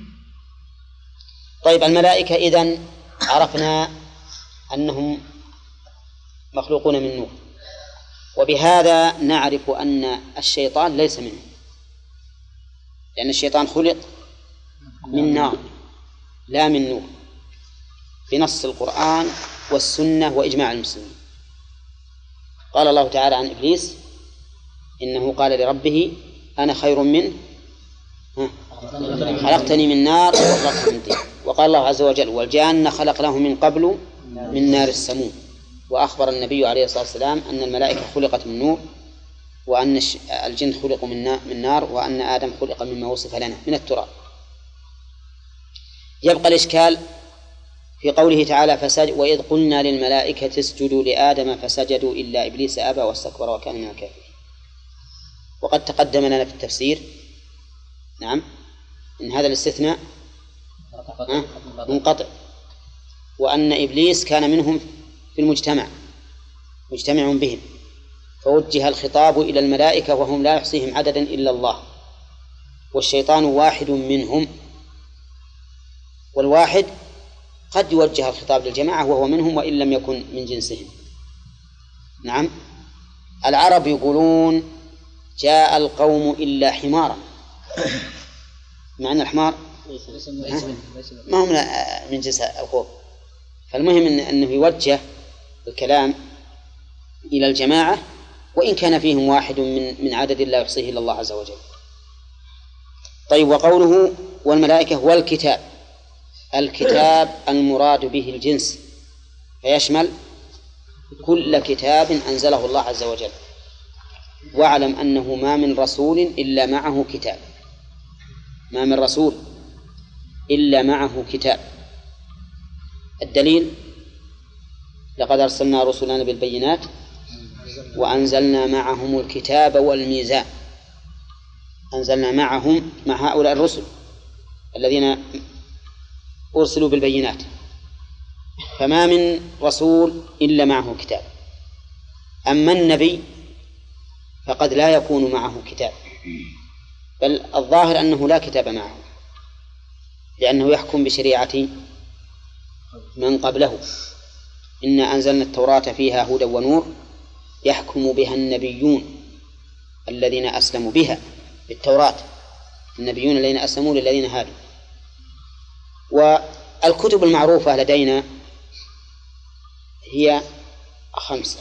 طيب الملائكة إذن عرفنا أنهم مخلوقون من نور، وبهذا نعرف أن الشيطان ليس منه، لأن الشيطان خلق من نار لا من نور بنص القرآن والسنة وإجماع المسلمين. قال الله تعالى عن إبليس إنه قال لربه أنا خير منه خلقتني من نار وخلقته من طين. وقال الله عز وجل والجان خلقناه من قبل من نار السموم. وأخبر النبي عليه الصلاة والسلام أن الملائكة خلقت من نور، وأن الجن خلقوا من نار، وأن آدم خلق مما وصف لنا من التراب. يبقى الإشكال في قوله تعالى وإذ قلنا للملائكة اسجدوا لآدم فسجدوا إلا إبليس أبى واستكبر وكان من الكافرين. وقد تقدم لنا في التفسير نعم إن هذا الاستثناء منقطع، وأن إبليس كان منهم في المجتمع مجتمع بهم، فوجه الخطاب إلى الملائكة وهم لا يحصيهم عددا إلا الله، والشيطان واحد منهم، والواحد قد يوجه الخطاب للجماعة وهو منهم وإن لم يكن من جنسهم. نعم العرب يقولون جاء القوم إلا حمارا، معنى الحمار ما هم من جنس القوم. فالمهم أنه يوجه الكلام إلى الجماعة وإن كان فيهم واحد من عدد لا يحصيه إلا الله عز وجل. طيب وقوله والملائكة والكتاب، الكتاب المراد به الجنس، فيشمل كل كتاب أنزله الله عز وجل. واعلم أنه ما من رسول إلا معه كتاب، ما من رسول إلا معه كتاب. الدليل لقد أرسلنا رسلنا بالبينات وأنزلنا معهم الكتاب والميزان. أنزلنا معهم مع هؤلاء الرسل الذين أرسلوا بالبينات، فما من رسول إلا معه كتاب. أما النبي فقد لا يكون معه كتاب، بل الظاهر أنه لا كتاب معه، لأنه يحكم بشريعة من قبله. إنا أنزلنا التوراة فيها هدى ونور يحكم بها النبيون الذين أسلموا بها بالتوراة، النبيون الذين أسلموا للذين هادوا. والكتب المعروفة لدينا هي 5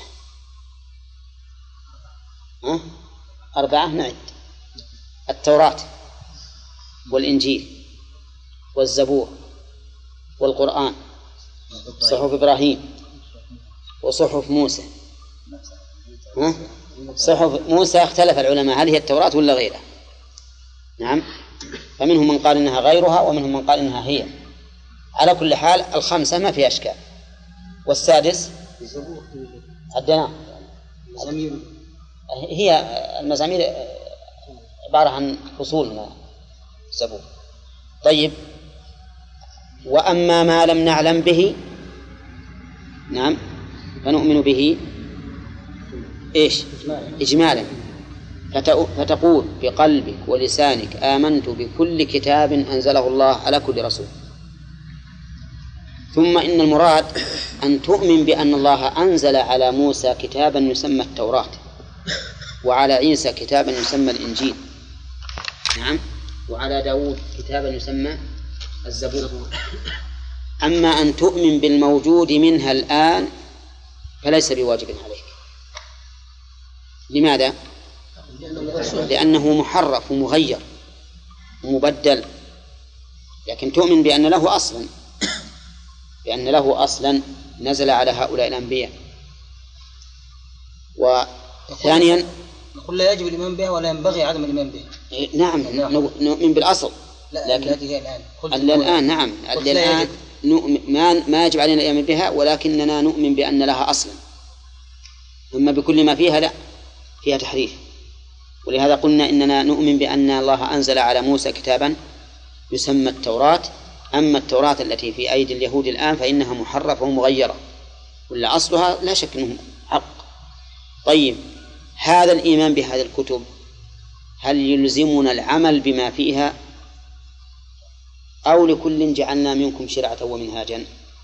4 نعد: التوراة والإنجيل والزبور والقرآن صحف إبراهيم وصحف موسى. ها؟ صحف موسى اختلف العلماء هل هي التوراة ولا غيرها. نعم، فمنهم من قال إنها غيرها ومنهم من قال إنها هي. على كل حال الخمسة ما فيها أشكال. والسادس عدنا هي المزامير عبارة عن فصول من الزبور. طيب، وأما ما لم نعلم به نعم فنؤمن به إيش؟ إجمالا. فتقول بقلبك ولسانك آمنت بكل كتاب أنزله الله على كل رسول. ثم إن المراد أن تؤمن بأن الله أنزل على موسى كتابا يسمى التوراة، وعلى عيسى كتابا يسمى الإنجيل، نعم، وعلى داود كتابا يسمى الزبور. أما أن تؤمن بالموجود منها الآن فليس بواجب عليك. لماذا؟ لأنه محرف ومغير ومبدل. لكن تؤمن بأن له أصلا، بأن له أصلا نزل على هؤلاء الأنبياء. وثانيا نقول لا يجب الإيمان بها ولا ينبغي عدم الإيمان بها. نعم، نؤمن بالأصل. لكن التي هي الآن نعم، الآن ما يجب علينا الإيمان بها، ولكننا نؤمن بأن لها أصلا. أما بكل ما فيها لا، فيها تحريف. ولهذا قلنا إننا نؤمن بأن الله أنزل على موسى كتابا يسمى التوراة. أما التوراة التي في أيدي اليهود الآن فإنها محرفة ومغيرة، ولا أصلها لا شك أنه حق. طيب، هذا الإيمان بهذه الكتب هل يلزمنا العمل بما فيها أو لكل جعلنا منكم شرعة ومنهاجا؟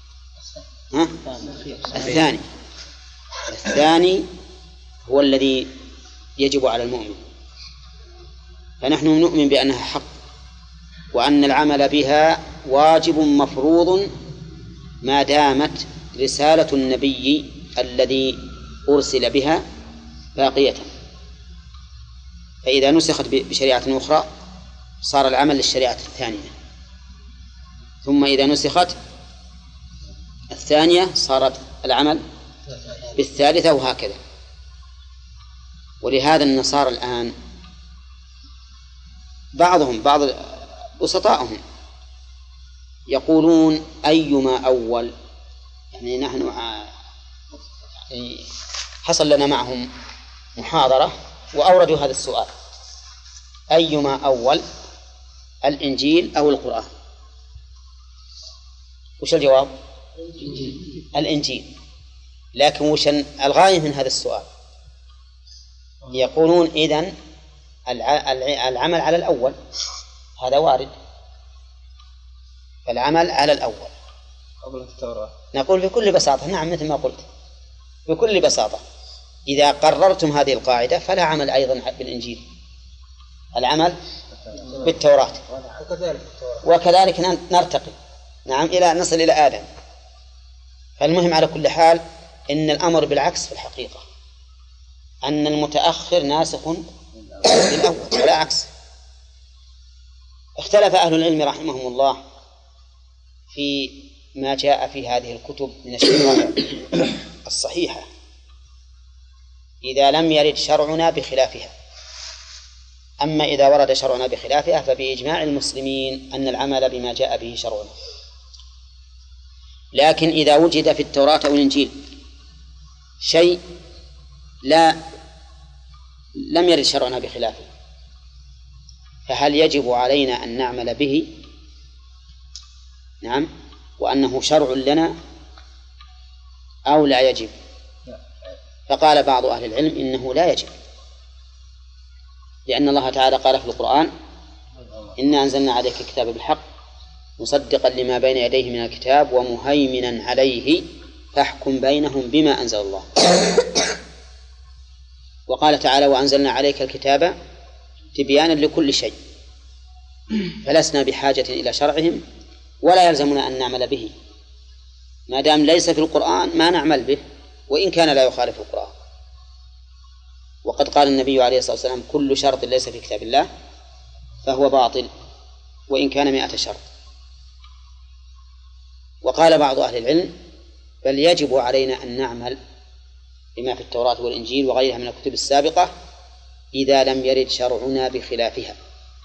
الثاني هو الذي يجب على المؤمن. فنحن نؤمن بأنها حق وأن العمل بها واجب مفروض ما دامت رسالة النبي الذي أرسل بها باقية. فإذا نسخت بشريعة أخرى صار العمل للشريعة الثانية، ثم إذا نسخت الثانية صارت العمل بالثالثة، وهكذا. ولهذا النصارى الآن بعض وسطائهم يقولون أيما أول، يعني نحن حصل لنا معهم محاضرة وأوردوا هذا السؤال: أيما أول، الإنجيل أو القرآن؟ وش الجواب؟ الإنجيل. لكن وش الغاية من هذا السؤال؟ يقولون إذن العمل على الأول، هذا وارد، فالعمل على الأول قبل التوراة. نقول بكل بساطة نعم، مثل ما قلت بكل بساطة، إذا قررتم هذه القاعدة فلا عمل أيضا بالإنجيل، العمل بالتوراة، وكذلك نرتقي نعم إلى نصل إلى آدم. فالمهم على كل حال إن الأمر بالعكس في الحقيقة، أن المتأخر ناسخ للأول ولا عكس. اختلف أهل العلم رحمهم الله في ما جاء في هذه الكتب من الشرائع الصحيحة إذا لم يرد شرعنا بخلافها. أما إذا ورد شرعنا بخلافها فبإجماع المسلمين أن العمل بما جاء به شرعنا. لكن إذا وجد في التوراة أو الإنجيل شيء لم يرد شرعنا بخلافه، فهل يجب علينا أن نعمل به؟ نعم، وأنه شرع لنا أو لا يجب؟ فقال بعض أهل العلم إنه لا يجب، لأن الله تعالى قال في القرآن: إنا أنزلنا عليك الكتاب بالحق مصدقا لما بين يديه من الكتاب ومهيمنا عليه فاحكم بينهم بما أنزل الله. وقال تعالى: وأنزلنا عليك الكتاب تبيانا لكل شيء، فلسنا بحاجة إلى شرعهم ولا يلزمنا أن نعمل به، ما دام ليس في القرآن ما نعمل به وإن كان لا يخالف القرآن. وقد قال النبي عليه الصلاة والسلام: كل شرط ليس في كتاب الله فهو باطل وإن كان 100 شرط. وقال بعض أهل العلم بل يجب علينا أن نعمل بما في التوراة والإنجيل وغيرها من الكتب السابقة إذا لم يرد شرعنا بخلافها،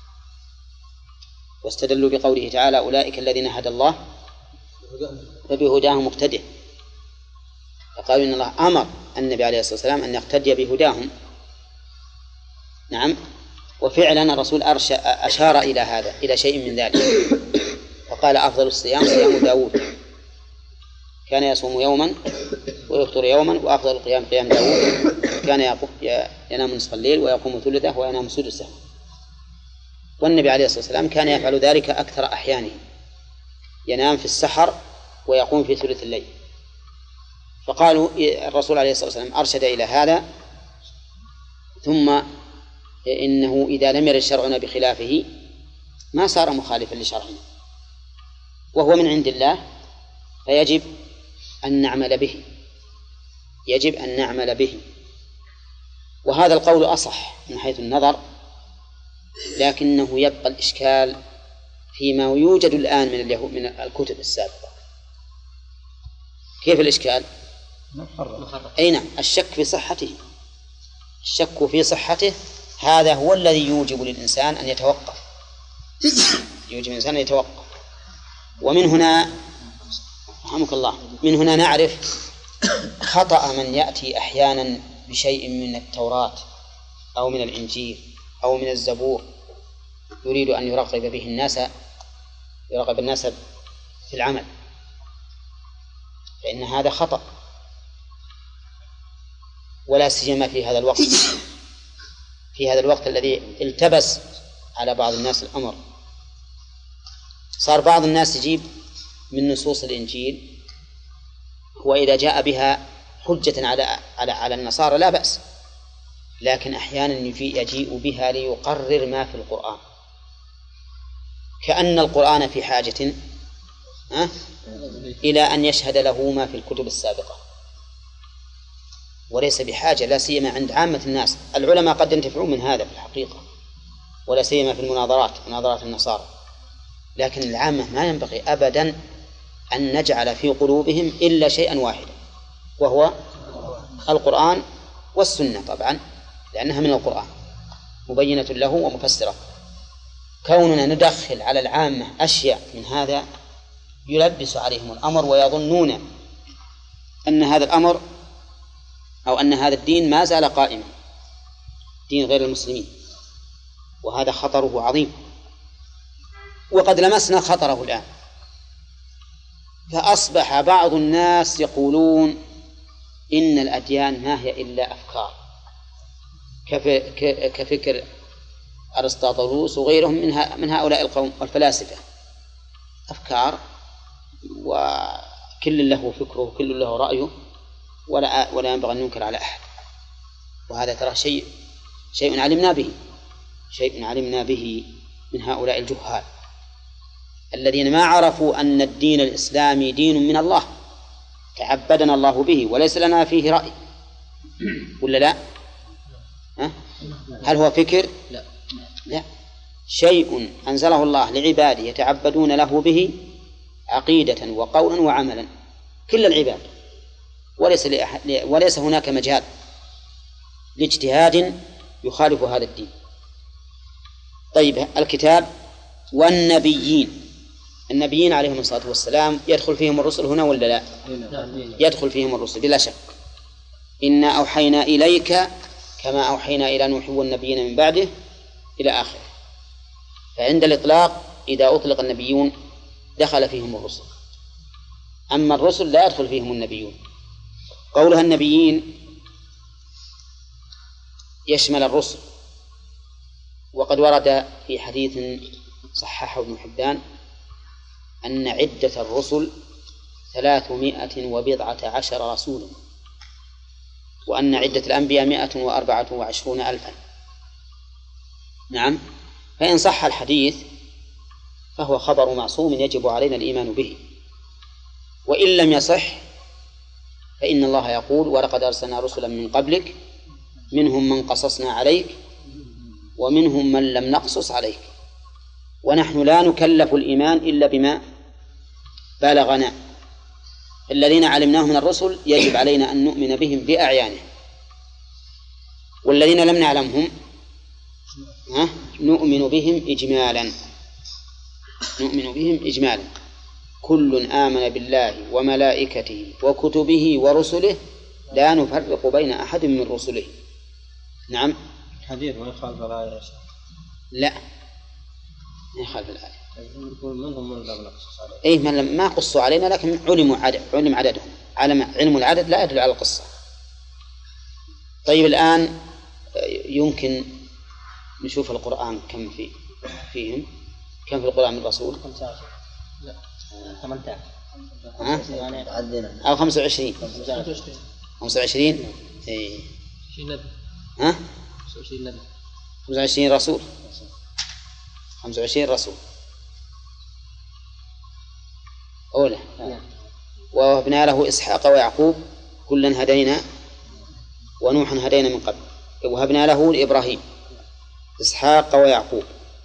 واستدلوا بقوله تعالى أولئك الذين هدى الله فبهداهم مقتدئ، فقالوا إن الله أمر النبي عليه الصلاة والسلام أن يقتدي بهداهم. نعم، وفعلا الرسول أشار إلى هذا، إلى شيء من ذلك، فقال أفضل الصيام صيام داود، كان يصوم يوما ويفطر يوما، وأفضل القيام قيام داود، كان ينام نصف الليل ويقوم ثلثه وينام سدسه. والنبي عليه الصلاة والسلام كان يفعل ذلك أكثر أحيانه، ينام في السحر ويقوم في ثلث الليل. فقالوا الرسول عليه الصلاة والسلام أرشد إلى هذا، ثم إنه إذا لم يرد شرعنا بخلافه ما صار مخالفا لشرعنا، وهو من عند الله، فيجب أن نعمل به، يجب أن نعمل به. وهذا القول أصح من حيث النظر، لكنه يبقى الإشكال فيما يوجد الآن من الكتب السابقة. كيف الإشكال؟ أي نعم، الشك في صحته، الشك في صحته هذا هو الذي يوجب للإنسان أن يتوقف، يوجب الإنسان أن يتوقف. ومن هنا رحمك الله، من هنا نعرف خطأ من يأتي أحيانا بشيء من التوراة أو من الإنجيل أو من الزبور يريد أن يرغب به الناس، يرغب الناس في العمل، فإن هذا خطأ، ولا سيما في هذا الوقت، في هذا الوقت الذي التبس على بعض الناس الأمر. صار بعض الناس يجيب من نصوص الإنجيل وإذا جاء بها حجة على النصارى لا بأس، لكن أحيانا يجيء بها ليقرر ما في القرآن، كأن القرآن في حاجة إلى أن يشهد له ما في الكتب السابقة، وليس بحاجة، لا سيما عند عامة الناس. العلماء قد ينتفعون من هذا في الحقيقة، ولا سيما في مناظرات النصارى، لكن العامة ما ينبغي أبدا أن نجعل في قلوبهم إلا شيئا واحدا، وهو القرآن والسنة، طبعا لأنها من القرآن مبينة له ومفسرة. كوننا ندخل على العامة أشياء من هذا يلبس عليهم الأمر، ويظنون أن هذا الأمر أو أن هذا الدين ما زال قائما، دين غير المسلمين، وهذا خطره عظيم، وقد لمسنا خطره الآن. فأصبح بعض الناس يقولون إن الأديان ما هي إلا أفكار، كفكر أرسطاطالوس وغيرهم من هؤلاء القوم والفلاسفة، أفكار، وكل له فكره وكل له رأيه، ولا ينبغي أن ننكر على أحد. وهذا ترى شيء علمنا به من هؤلاء الجهال الذين ما عرفوا أن الدين الإسلامي دين من الله تعبدنا الله به وليس لنا فيه رأي، ولا لا؟ هل هو فكر؟ لا، شيء أنزله الله لعباده يتعبدون له به عقيدة وقولا وعملا، كل العباد، وليس هناك مجال لاجتهاد يخالف هذا الدين. طيب، الكتاب والنبيين عليهم الصلاة والسلام يدخل فيهم الرسل هنا ولا لا؟ يدخل فيهم الرسل بلا شك. إنا أوحينا إليك كما أوحينا إلى نوح والنبيين من بعده إلى آخره. فعند الإطلاق إذا أطلق النبيون دخل فيهم الرسل، أما الرسل لا يدخل فيهم النبيون. قولها النبيين يشمل الرسل، وقد ورد في حديث صححه ابن حبان أن عدة الرسل 310 رسولا، وأن عدة الأنبياء 124,000. نعم، فإن صح الحديث فهو خبر معصوم يجب علينا الإيمان به، وإن لم يصح فإن الله يقول ولقد أرسلنا رسلا من قبلك منهم من قصصنا عليك ومنهم من لم نقصص عليك، ونحن لا نكلف الإيمان إلا بما بلغنا الذين علمناه من الرسل يجب علينا أن نؤمن بهم بأعيانهم، والذين لم نعلمهم نؤمن بهم إجمالا. نؤمن بهم إجمالا. كل آمن بالله وملائكته وكتبه ورسله لا نفرق بين أحد من رسله. نعم. حديث ما يخالف الآية يا شيخ. لا ما يخالف الآية. منهم من لم نقصص عليه. إيه من ما قصوا علينا لكن علم عددهم. علم العدد لا يدل على القصة. طيب الآن يمكن نشوف القرآن كم فيهم، كم في القرآن من رسول؟ 15 لا 18 أو 25 25 إيه. 25 رسول 25 رسول أولى. ووهبنا له إسحاق ويعقوب كلا هدينا ونوحا هدينا من قبل. وهبنا له إبراهيم إسحاق ويعقوب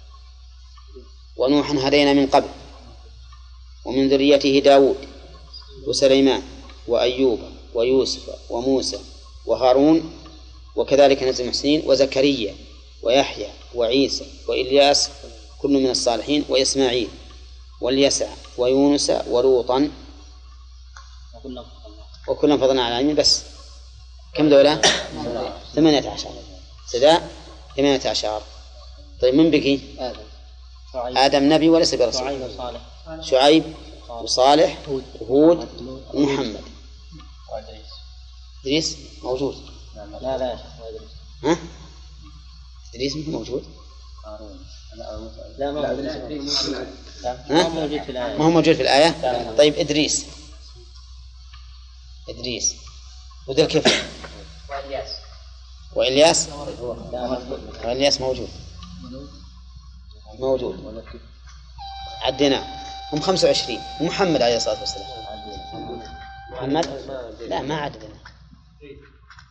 ونوحا هدينا من قبل ومن ذريته داود وسليمان وأيوب ويوسف وموسى وهارون وكذلك نزل المحسنين وزكريا ويحيى وعيسى وإلياس كل من الصالحين وإسماعيل واليسع ويونس ولوطا وكلا فضلنا على العالمين. بس كم دولة؟ 18 سداء 18. طيب من بقي؟ آدم نبي وليس برسول. شعيب وصالح وهود ومحمد. إدريس موجود؟ لا ها؟ إدريس مش موجود؟ لا ما موجود في الآية. ما هو موجود في الآية. طيب إدريس وذي الكفل وإلياس موجود عدنا هم 25. ومحمد عليه الصلاة والسلام محمد لا ما عدنا